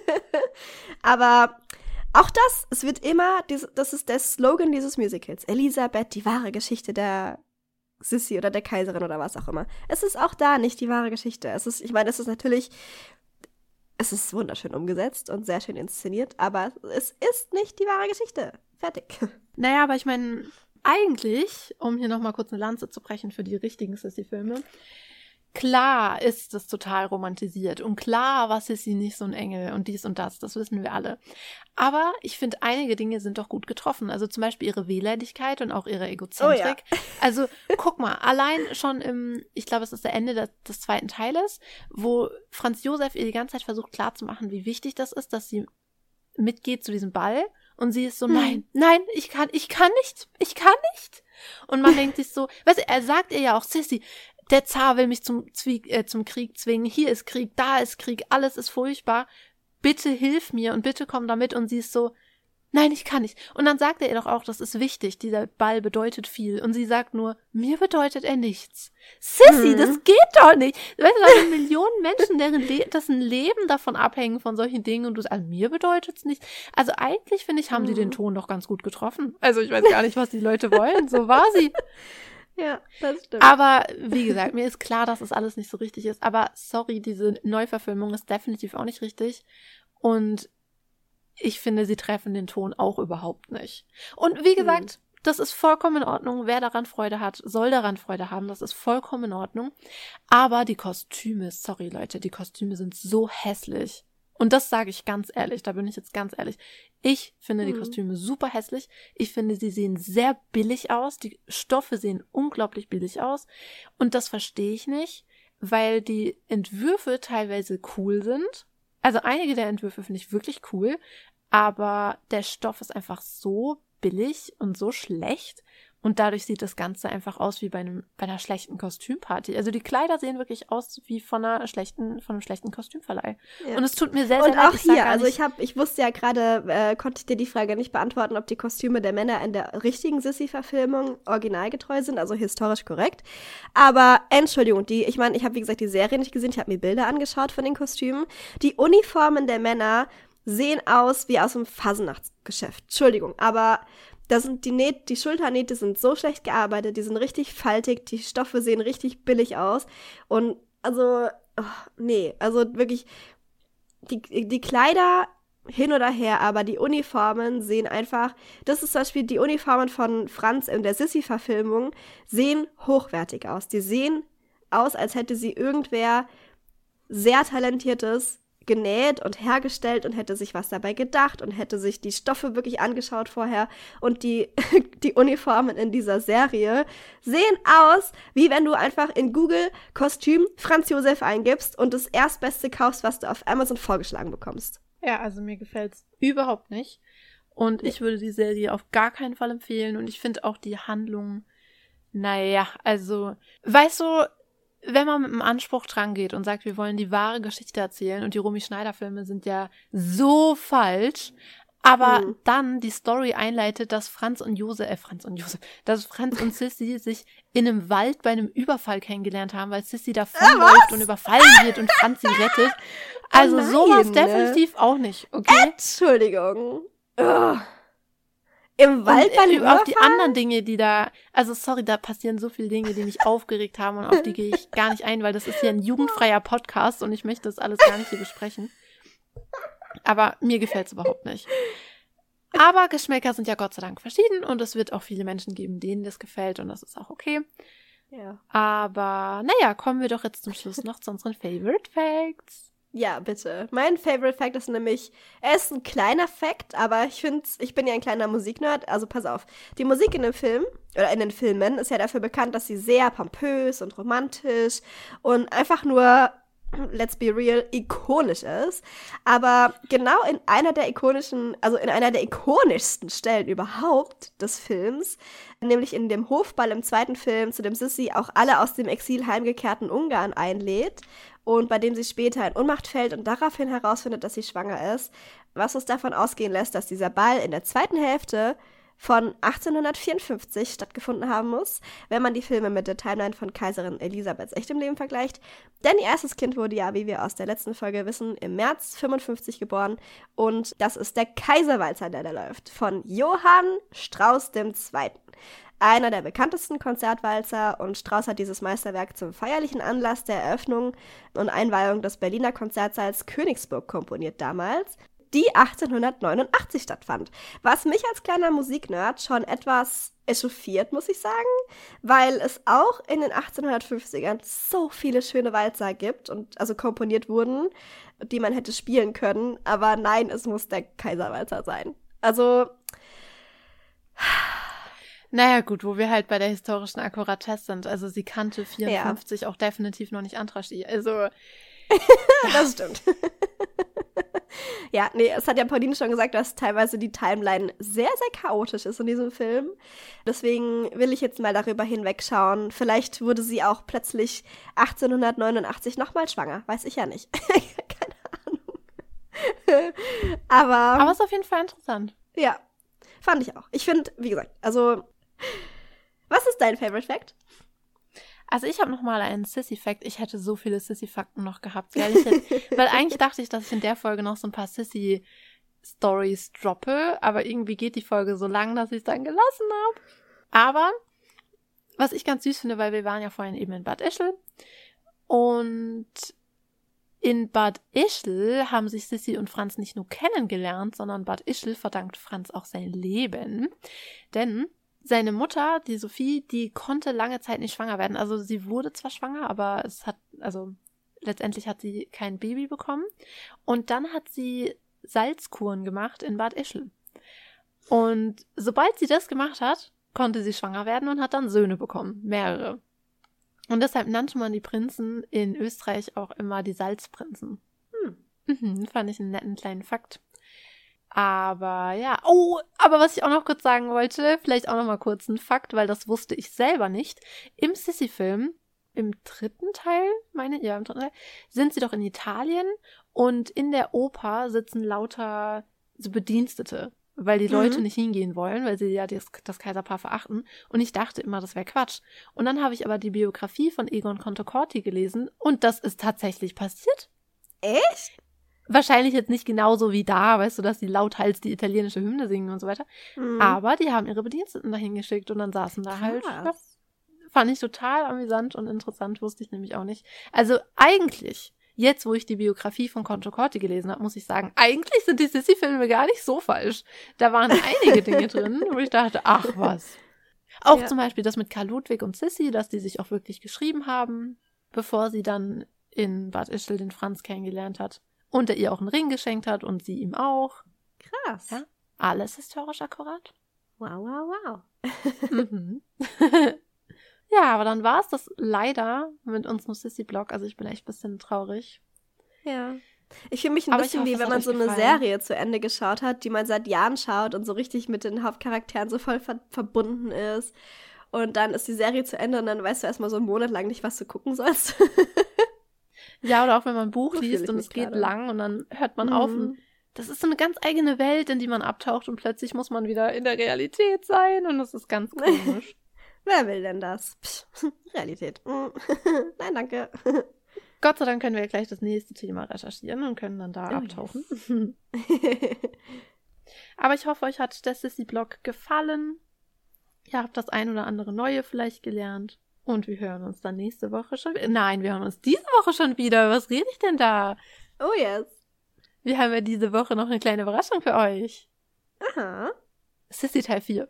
Speaker 1: Aber auch das, es wird immer, das ist der Slogan dieses Musicals. Elisabeth, die wahre Geschichte der Sissy oder der Kaiserin oder was auch immer. Es ist auch da nicht die wahre Geschichte. Es ist, ich meine, es ist natürlich, es ist wunderschön umgesetzt und sehr schön inszeniert, aber es ist nicht die wahre Geschichte. Fertig.
Speaker 2: Naja, aber ich meine, eigentlich, um hier nochmal kurz eine Lanze zu brechen für die richtigen Sissy-Filme, klar ist das total romantisiert und klar war Sissy nicht so ein Engel und dies und das, das wissen wir alle. Aber ich finde, einige Dinge sind doch gut getroffen. Also zum Beispiel ihre Wehleidigkeit und auch ihre Egozentrik.
Speaker 1: Oh ja.
Speaker 2: Also guck mal, allein schon im, ich glaube, es ist der Ende des, des zweiten Teiles, wo Franz Josef ihr die ganze Zeit versucht klarzumachen, wie wichtig das ist, dass sie mitgeht zu diesem Ball und sie ist so, hm. nein, nein, ich kann, ich kann nicht, ich kann nicht. Und man denkt sich so, weißt du, er sagt ihr ja auch, Sissy, der Zar will mich zum, Zwie- äh, zum Krieg zwingen. Hier ist Krieg, da ist Krieg, alles ist furchtbar. Bitte hilf mir und bitte komm damit. Und sie ist so, nein, ich kann nicht. Und dann sagt er ihr doch auch, das ist wichtig, dieser Ball bedeutet viel. Und sie sagt nur, mir bedeutet er nichts. Sissy, mhm. das geht doch nicht. Weißt du, da sind Millionen Menschen, deren Le- dessen Leben davon abhängen von solchen Dingen. Und du sagst, mir bedeutet's nicht. Also eigentlich, finde ich, haben mhm. sie den Ton doch ganz gut getroffen. Also ich weiß gar nicht, was die Leute wollen. So war sie.
Speaker 1: Ja, das stimmt.
Speaker 2: Aber wie gesagt, mir ist klar, dass das alles nicht so richtig ist. Aber sorry, diese Neuverfilmung ist definitiv auch nicht richtig. Und ich finde, sie treffen den Ton auch überhaupt nicht. Und wie gesagt, hm. das ist vollkommen in Ordnung. Wer daran Freude hat, soll daran Freude haben. Das ist vollkommen in Ordnung. Aber die Kostüme, sorry Leute, die Kostüme sind so hässlich. Und das sage ich ganz ehrlich, da bin ich jetzt ganz ehrlich. Ich finde hm. die Kostüme super hässlich. Ich finde, sie sehen sehr billig aus. Die Stoffe sehen unglaublich billig aus. Und das verstehe ich nicht, weil die Entwürfe teilweise cool sind. Also einige der Entwürfe finde ich wirklich cool, aber der Stoff ist einfach so billig und so schlecht und dadurch sieht das Ganze einfach aus wie bei einem bei einer schlechten Kostümparty. Also die Kleider sehen wirklich aus wie von einer schlechten von einem schlechten Kostümverleih. Ja. Und es tut mir sehr, sehr
Speaker 1: und
Speaker 2: leid.
Speaker 1: Und auch hier, also ich habe, ich wusste ja gerade, äh, konnte ich dir die Frage nicht beantworten, ob die Kostüme der Männer in der richtigen Sissy-Verfilmung originalgetreu sind, also historisch korrekt. Aber Entschuldigung, die, ich meine, ich habe wie gesagt die Serie nicht gesehen, ich habe mir Bilder angeschaut von den Kostümen. Die Uniformen der Männer sehen aus wie aus einem Fasernachtsgeschäft. Entschuldigung, aber da sind die Nähte, die Schulternähte sind so schlecht gearbeitet, die sind richtig faltig, die Stoffe sehen richtig billig aus. Und also, oh, nee, also wirklich, die, die Kleider hin oder her, aber die Uniformen sehen einfach, das ist zum Beispiel die Uniformen von Franz in der Sissy-Verfilmung, sehen hochwertig aus. Die sehen aus, als hätte sie irgendwer sehr Talentiertes genäht und hergestellt und hätte sich was dabei gedacht und hätte sich die Stoffe wirklich angeschaut vorher. Und die, die Uniformen in dieser Serie sehen aus, wie wenn du einfach in Google Kostüm Franz Josef eingibst und das Erstbeste kaufst, was du auf Amazon vorgeschlagen bekommst.
Speaker 2: Ja, also mir gefällt's überhaupt nicht. Und ich würde die Serie auf gar keinen Fall empfehlen. Und ich finde auch die Handlung, naja, also, weißt du, wenn man mit einem Anspruch dran geht und sagt, wir wollen die wahre Geschichte erzählen und die Romy-Schneider-Filme sind ja so falsch, aber mhm. dann die Story einleitet, dass Franz und Josef, äh, Franz und Josef, dass Franz und Sissy sich in einem Wald bei einem Überfall kennengelernt haben, weil Sissy davonläuft äh, und überfallen wird und Franz sie rettet. Also oh nein, sowas definitiv auch nicht, okay?
Speaker 1: Entschuldigung. Ugh. Im Wald bei
Speaker 2: und, äh, auf die anderen Dinge, die da, also sorry, da passieren so viele Dinge, die mich aufgeregt haben und auf die gehe ich gar nicht ein, weil das ist hier ein jugendfreier Podcast und ich möchte das alles gar nicht hier besprechen. Aber mir gefällt es überhaupt nicht. Aber Geschmäcker sind ja Gott sei Dank verschieden und es wird auch viele Menschen geben, denen das gefällt und das ist auch okay.
Speaker 1: Ja.
Speaker 2: Aber naja, kommen wir doch jetzt zum Schluss noch zu unseren Favorite Facts.
Speaker 1: Ja, bitte. Mein Favorite Fact ist nämlich, er ist ein kleiner Fact, aber ich finde, ich bin ja ein kleiner Musiknerd, also pass auf. Die Musik in dem Film, oder in den Filmen, ist ja dafür bekannt, dass sie sehr pompös und romantisch und einfach nur, let's be real, ikonisch ist. Aber genau in einer der ikonischen, also in einer der ikonischsten Stellen überhaupt des Films, nämlich in dem Hofball im zweiten Film, zu dem Sissy auch alle aus dem Exil heimgekehrten Ungarn einlädt, und bei dem sie später in Ohnmacht fällt und daraufhin herausfindet, dass sie schwanger ist, was uns davon ausgehen lässt, dass dieser Ball in der zweiten Hälfte von achtzehnhundertvierundfünfzig stattgefunden haben muss, wenn man die Filme mit der Timeline von Kaiserin Elisabeths echtem Leben vergleicht. Denn ihr erstes Kind wurde ja, wie wir aus der letzten Folge wissen, im März fünfundfünfzig geboren und das ist der Kaiserwalzer, der da läuft, von Johann Strauss der Zweite. Einer der bekanntesten Konzertwalzer und Strauss hat dieses Meisterwerk zum feierlichen Anlass der Eröffnung und Einweihung des Berliner Konzertsaals Königsburg komponiert damals, die achtzehnhundertneunundachtzig stattfand. Was mich als kleiner Musiknerd schon etwas echauffiert, muss ich sagen, weil es auch in den achtzehnhundertfünfzigern so viele schöne Walzer gibt und also komponiert wurden, die man hätte spielen können, aber nein, es muss der Kaiserwalzer sein. Also
Speaker 2: naja, gut, wo wir halt bei der historischen Akkuratesse sind. Also sie kannte vierundfünfzig ja auch definitiv noch nicht Antraschie. Also ja.
Speaker 1: Das stimmt. Ja, nee, es hat ja Pauline schon gesagt, dass teilweise die Timeline sehr, sehr chaotisch ist in diesem Film. Deswegen will ich jetzt mal darüber hinwegschauen. Vielleicht wurde sie auch plötzlich achtzehnhundertneunundachtzig nochmal schwanger. Weiß ich ja nicht. Keine Ahnung. Aber
Speaker 2: Aber es ist auf jeden Fall interessant.
Speaker 1: Ja, fand ich auch. Ich finde, wie gesagt, also was ist dein Favorite Fact?
Speaker 2: Also ich habe noch mal einen Sissy-Fact. Ich hätte so viele Sissy-Fakten noch gehabt. Weil, ich hätte, weil eigentlich dachte ich, dass ich in der Folge noch so ein paar Sissy-Stories droppe. Aber irgendwie geht die Folge so lang, dass ich es dann gelassen habe. Aber was ich ganz süß finde, weil wir waren ja vorhin eben in Bad Ischl und in Bad Ischl haben sich Sissi und Franz nicht nur kennengelernt, sondern Bad Ischl verdankt Franz auch sein Leben. Denn seine Mutter, die Sophie, die konnte lange Zeit nicht schwanger werden. Also sie wurde zwar schwanger, aber es hat, also letztendlich hat sie kein Baby bekommen. Und dann hat sie Salzkuren gemacht in Bad Ischl. Und sobald sie das gemacht hat, konnte sie schwanger werden und hat dann Söhne bekommen. Mehrere. Und deshalb nannte man die Prinzen in Österreich auch immer die Salzprinzen. Hm. Mhm, fand ich einen netten kleinen Fakt. Aber ja, oh, aber was ich auch noch kurz sagen wollte, vielleicht auch noch mal kurz ein Fakt, weil das wusste ich selber nicht. Im Sissi-Film, im dritten Teil, meine ich, ja, im dritten Teil, sind sie doch in Italien und in der Oper sitzen lauter so Bedienstete, weil die Leute
Speaker 1: Mhm.
Speaker 2: nicht hingehen wollen, weil sie ja das, das Kaiserpaar verachten. Und ich dachte immer, das wäre Quatsch. Und dann habe ich aber die Biografie von Egon Conte-Corti gelesen und das ist tatsächlich passiert.
Speaker 1: Echt?
Speaker 2: Wahrscheinlich jetzt nicht genauso wie da, weißt du, dass die lauthals die italienische Hymne singen und so weiter.
Speaker 1: Mhm.
Speaker 2: Aber die haben ihre Bediensteten dahin geschickt und dann saßen da halt. Ja,
Speaker 1: Krass.
Speaker 2: fand ich total amüsant und interessant, wusste ich nämlich auch nicht. Also eigentlich, jetzt wo ich die Biografie von Conte Corti gelesen habe, muss ich sagen, eigentlich sind die Sissi-Filme gar nicht so falsch. Da waren einige Dinge drin, wo ich dachte, ach was. Auch
Speaker 1: Ja.
Speaker 2: zum Beispiel das mit Karl Ludwig und Sissi, dass die sich auch wirklich geschrieben haben, bevor sie dann in Bad Ischl den Franz kennengelernt hat. Und er ihr auch einen Ring geschenkt hat und sie ihm auch.
Speaker 1: Krass.
Speaker 2: Ja. Alles historisch akkurat.
Speaker 1: Wow, wow, wow.
Speaker 2: Mhm. Ja, aber dann war es das leider mit unserem Sissi-Blog. Also ich bin echt ein bisschen traurig.
Speaker 1: Ja. Ich fühle mich ein
Speaker 2: Aber ich
Speaker 1: bisschen
Speaker 2: hoffe,
Speaker 1: wie,
Speaker 2: es
Speaker 1: wenn
Speaker 2: hat
Speaker 1: man
Speaker 2: euch
Speaker 1: so eine
Speaker 2: gefallen.
Speaker 1: Serie zu Ende geschaut hat, die man seit Jahren schaut und so richtig mit den Hauptcharakteren so voll ver verbunden ist. Und dann ist die Serie zu Ende und dann weißt du erstmal so einen Monat lang nicht, was du gucken sollst.
Speaker 2: Ja, oder auch wenn man ein Buch
Speaker 1: So fühl
Speaker 2: liest
Speaker 1: ich
Speaker 2: und
Speaker 1: mich
Speaker 2: es geht
Speaker 1: gerade.
Speaker 2: lang und dann hört man auf und
Speaker 1: Mhm.
Speaker 2: das ist so eine ganz eigene Welt, in die man abtaucht und plötzlich muss man wieder in der Realität sein und das ist ganz komisch.
Speaker 1: Wer will denn das? Psch, Realität. Mm. Nein, danke.
Speaker 2: Gott sei Dank können wir gleich das nächste Thema recherchieren und können dann da
Speaker 1: Oh,
Speaker 2: abtauchen.
Speaker 1: yes.
Speaker 2: Aber ich hoffe, euch hat der Sissi-Blog gefallen. Ihr habt das ein oder andere Neue vielleicht gelernt. Und wir hören uns dann nächste Woche schon wieder. Nein, wir hören uns diese Woche schon wieder. Was rede ich denn da?
Speaker 1: Oh yes.
Speaker 2: Wir haben ja diese Woche noch eine kleine Überraschung für euch.
Speaker 1: Aha.
Speaker 2: Sissi Teil vier.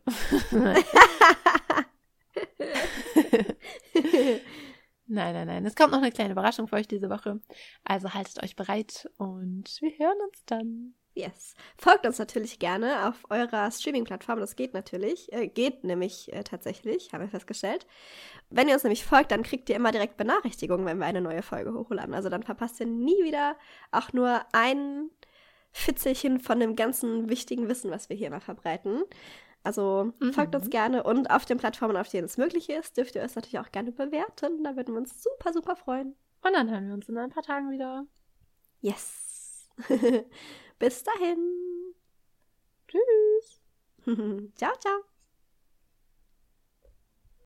Speaker 2: Nein, nein, nein. Es kommt noch eine kleine Überraschung für euch diese Woche. Also haltet euch bereit und wir hören uns dann.
Speaker 1: Yes. Folgt uns natürlich gerne auf eurer Streaming-Plattform. Das geht natürlich. Äh, geht nämlich äh, tatsächlich, haben wir festgestellt. Wenn ihr uns nämlich folgt, dann kriegt ihr immer direkt Benachrichtigungen, wenn wir eine neue Folge hochladen. Also dann verpasst ihr nie wieder auch nur ein Fitzelchen von dem ganzen wichtigen Wissen, was wir hier immer verbreiten. Also
Speaker 2: Mhm.
Speaker 1: folgt uns gerne und auf den Plattformen, auf denen es möglich ist, dürft ihr uns natürlich auch gerne bewerten. Da würden wir uns super, super freuen.
Speaker 2: Und dann hören wir uns in ein paar Tagen wieder.
Speaker 1: Yes. Bis dahin.
Speaker 2: Tschüss.
Speaker 1: Ciao, ciao.